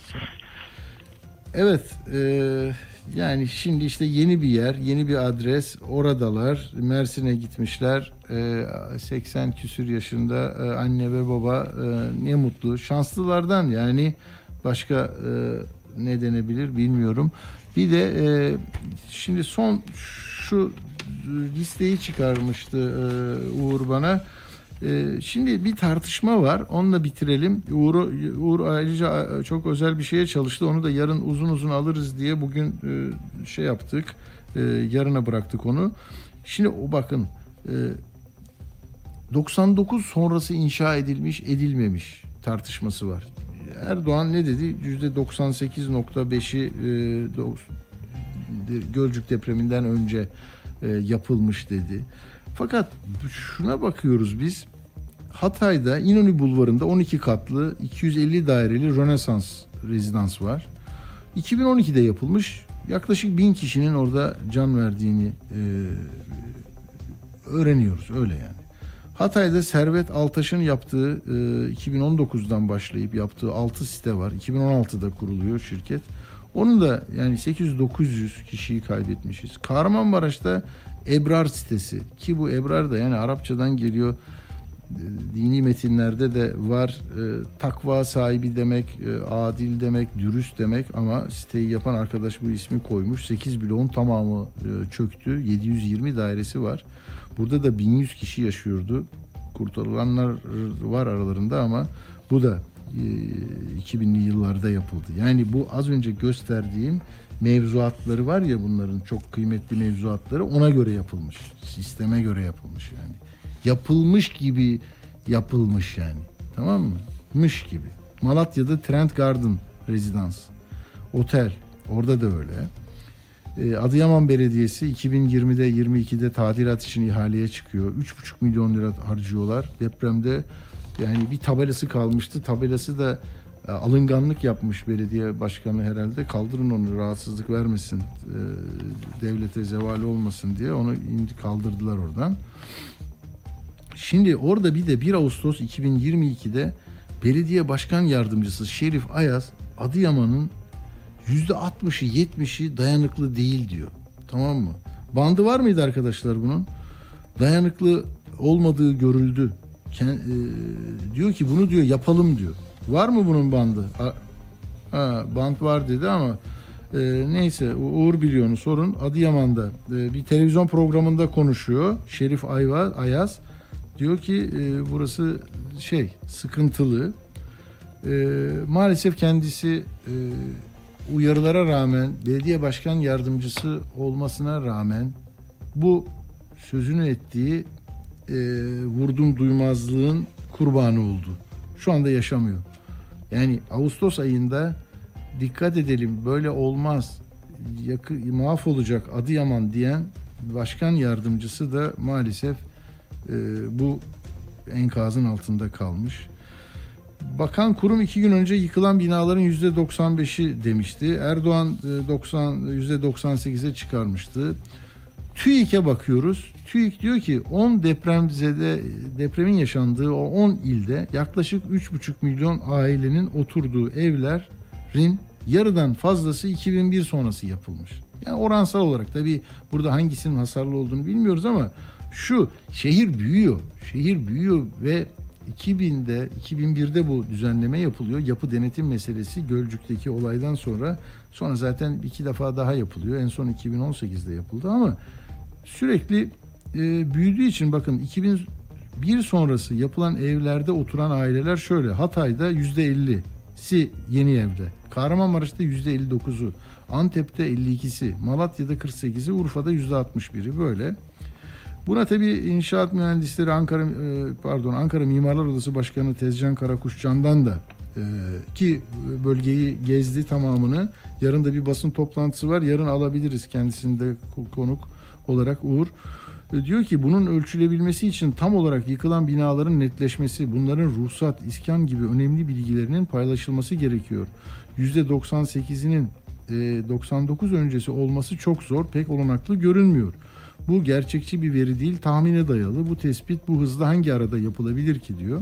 Evet, e, yani şimdi işte yeni bir yer, yeni bir adres. Oradalar. Mersin'e gitmişler. E, seksen küsür yaşında e, anne ve baba, e, ne mutlu. Şanslılardan, yani başka e, ne denebilir bilmiyorum. Bir de e, şimdi son şu listeyi çıkarmıştı e, Uğur bana. Ee, şimdi bir tartışma var. Onunla bitirelim. Uğur, Uğur ayrıca çok özel bir şeye çalıştı. Onu da yarın uzun uzun alırız diye bugün e, şey yaptık. E, yarına bıraktık onu. Şimdi o bakın e, doksan dokuz sonrası inşa edilmiş edilmemiş tartışması var. Erdoğan ne dedi? yüzde doksan sekiz nokta beşi e, Gölcük depreminden önce e, yapılmış dedi. Fakat şuna bakıyoruz biz. Hatay'da İnönü Bulvarı'nda on iki katlı iki yüz elli daireli Rönesans rezidans var. iki bin on ikide yapılmış. Yaklaşık bin kişinin orada can verdiğini e, öğreniyoruz. Öyle yani. Hatay'da Servet Altaş'ın yaptığı e, iki bin on dokuzdan başlayıp yaptığı altı site var. iki bin on altıda kuruluyor şirket. Onun da yani sekiz yüz dokuz yüz kişiyi kaybetmişiz. Kahramanmaraş'ta Ebrar sitesi, ki bu Ebrar da yani Arapçadan geliyor, dini metinlerde de var. E, takva sahibi demek, e, adil demek, dürüst demek, ama siteyi yapan arkadaş bu ismi koymuş. sekiz bloğun tamamı e, çöktü. yedi yüz yirmi dairesi var. Burada da bin yüz kişi yaşıyordu. Kurtarılanlar var aralarında ama bu da e, iki binli yıllarda yapıldı. Yani bu az önce gösterdiğim mevzuatları var ya, bunların çok kıymetli mevzuatları, ona göre yapılmış. Sisteme göre yapılmış yani. Yapılmış gibi yapılmış yani. Tamam mı? Mış gibi. Malatya'da Trent Garden Rezidans. Otel. Orada da öyle. Ee, Adıyaman Belediyesi iki bin yirmide yirmi ikide tadilat için ihaleye çıkıyor. üç buçuk milyon lira harcıyorlar. Depremde yani bir tabelası kalmıştı. Tabelası da e, alınganlık yapmış belediye başkanı herhalde. Kaldırın onu, rahatsızlık vermesin, e, devlete zeval olmasın diye onu indi, kaldırdılar oradan. Şimdi orada bir de bir Ağustos iki bin yirmi ikide belediye başkan yardımcısı Şerif Ayaz, Adıyaman'ın yüzde altmışı yetmişi dayanıklı değil diyor. Tamam mı? Bandı var mıydı arkadaşlar bunun? Dayanıklı olmadığı görüldü. Ken, e, diyor ki bunu diyor yapalım diyor. Var mı bunun bandı? Ha, ha, band var dedi ama e, neyse, Uğur biliyor onu, sorun. Adıyaman'da e, bir televizyon programında konuşuyor Şerif Ayva, Ayaz. Diyor ki e, burası şey sıkıntılı. E, maalesef kendisi e, uyarılara rağmen, belediye başkan yardımcısı olmasına rağmen bu sözünü ettiği e, vurdum duymazlığın kurbanı oldu. Şu anda yaşamıyor. Yani Ağustos ayında dikkat edelim, böyle olmaz, yakı, mahvolacak Adıyaman diyen başkan yardımcısı da maalesef e, bu enkazın altında kalmış. Bakan kurum iki gün önce yıkılan binaların yüzde doksan beşi demişti. Erdoğan yüzde doksan sekize çıkarmıştı. TÜİK'e bakıyoruz. TÜİK diyor ki on depremzede depremin yaşandığı o on ilde yaklaşık üç buçuk milyon ailenin oturduğu evlerin yarıdan fazlası iki bin bir sonrası yapılmış. Yani oransal olarak tabii burada hangisinin hasarlı olduğunu bilmiyoruz ama şu şehir büyüyor. Şehir büyüyor ve iki binde, iki bin birde bu düzenleme yapılıyor. Yapı denetim meselesi Gölcük'teki olaydan sonra sonra zaten iki defa daha yapılıyor. En son iki bin on sekizde yapıldı ama sürekli e, büyüdüğü için bakın iki bin bir sonrası yapılan evlerde oturan aileler şöyle: Hatay'da yüzde ellisi yeni evde, Kahramanmaraş'ta yüzde elli dokuzu, Antep'te elli ikisi, Malatya'da kırk sekizi, Urfa'da yüzde altmış biri böyle. Buna tabii inşaat mühendisleri Ankara pardon Ankara Mimarlar Odası Başkanı Tezcan Karakuşcan'dan da e, ki bölgeyi gezdi tamamını. Yarın da bir basın toplantısı var. Yarın alabiliriz kendisini de konuk olarak Uğur. E, diyor ki bunun ölçülebilmesi için tam olarak yıkılan binaların netleşmesi, bunların ruhsat, iskan gibi önemli bilgilerinin paylaşılması gerekiyor. yüzde doksan sekizinin e, doksan dokuz öncesi olması çok zor, pek olanaklı görünmüyor. Bu gerçekçi bir veri değil, tahmine dayalı. Bu tespit bu hızla hangi arada yapılabilir ki diyor.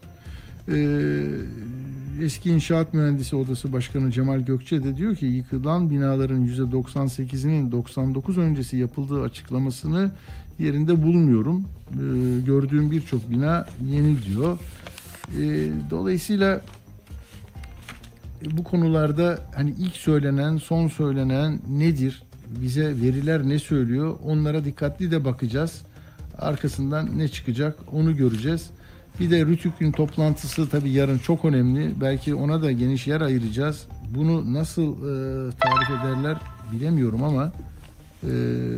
Ee, eski İnşaat Mühendisi Odası Başkanı Cemal Gökçe de diyor ki yıkılan binaların yüzde doksan sekizinin doksan dokuz öncesi yapıldığı açıklamasını yerinde bulmuyorum. Ee, gördüğüm birçok bina yeni diyor. Ee, dolayısıyla bu konularda hani ilk söylenen, son söylenen nedir? Bize veriler ne söylüyor? Onlara dikkatli de bakacağız. Arkasından ne çıkacak onu göreceğiz. Bir de RTÜK'ün toplantısı tabii yarın çok önemli. Belki ona da geniş yer ayıracağız. Bunu nasıl e, tarif ederler bilemiyorum ama e,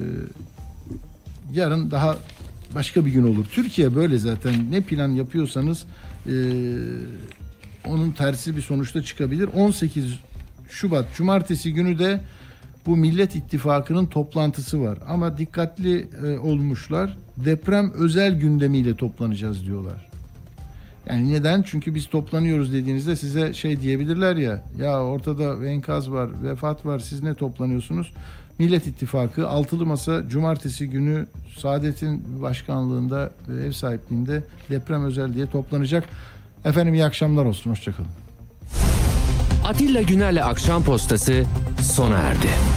yarın daha başka bir gün olur. Türkiye böyle zaten. Ne plan yapıyorsanız e, onun tersi bir sonuçta çıkabilir. on sekiz Şubat Cumartesi günü de bu Millet İttifakı'nın toplantısı var. Ama dikkatli e, olmuşlar. Deprem özel gündemiyle toplanacağız diyorlar. Yani neden? Çünkü biz toplanıyoruz dediğinizde size şey diyebilirler ya, ya ortada enkaz var, vefat var, siz ne toplanıyorsunuz? Millet İttifakı Altılı Masa Cumartesi günü Saadet'in başkanlığında ve ev sahipliğinde deprem özel diye toplanacak. Efendim iyi akşamlar olsun, hoşçakalın. Atilla Güner'le Akşam Postası sona erdi.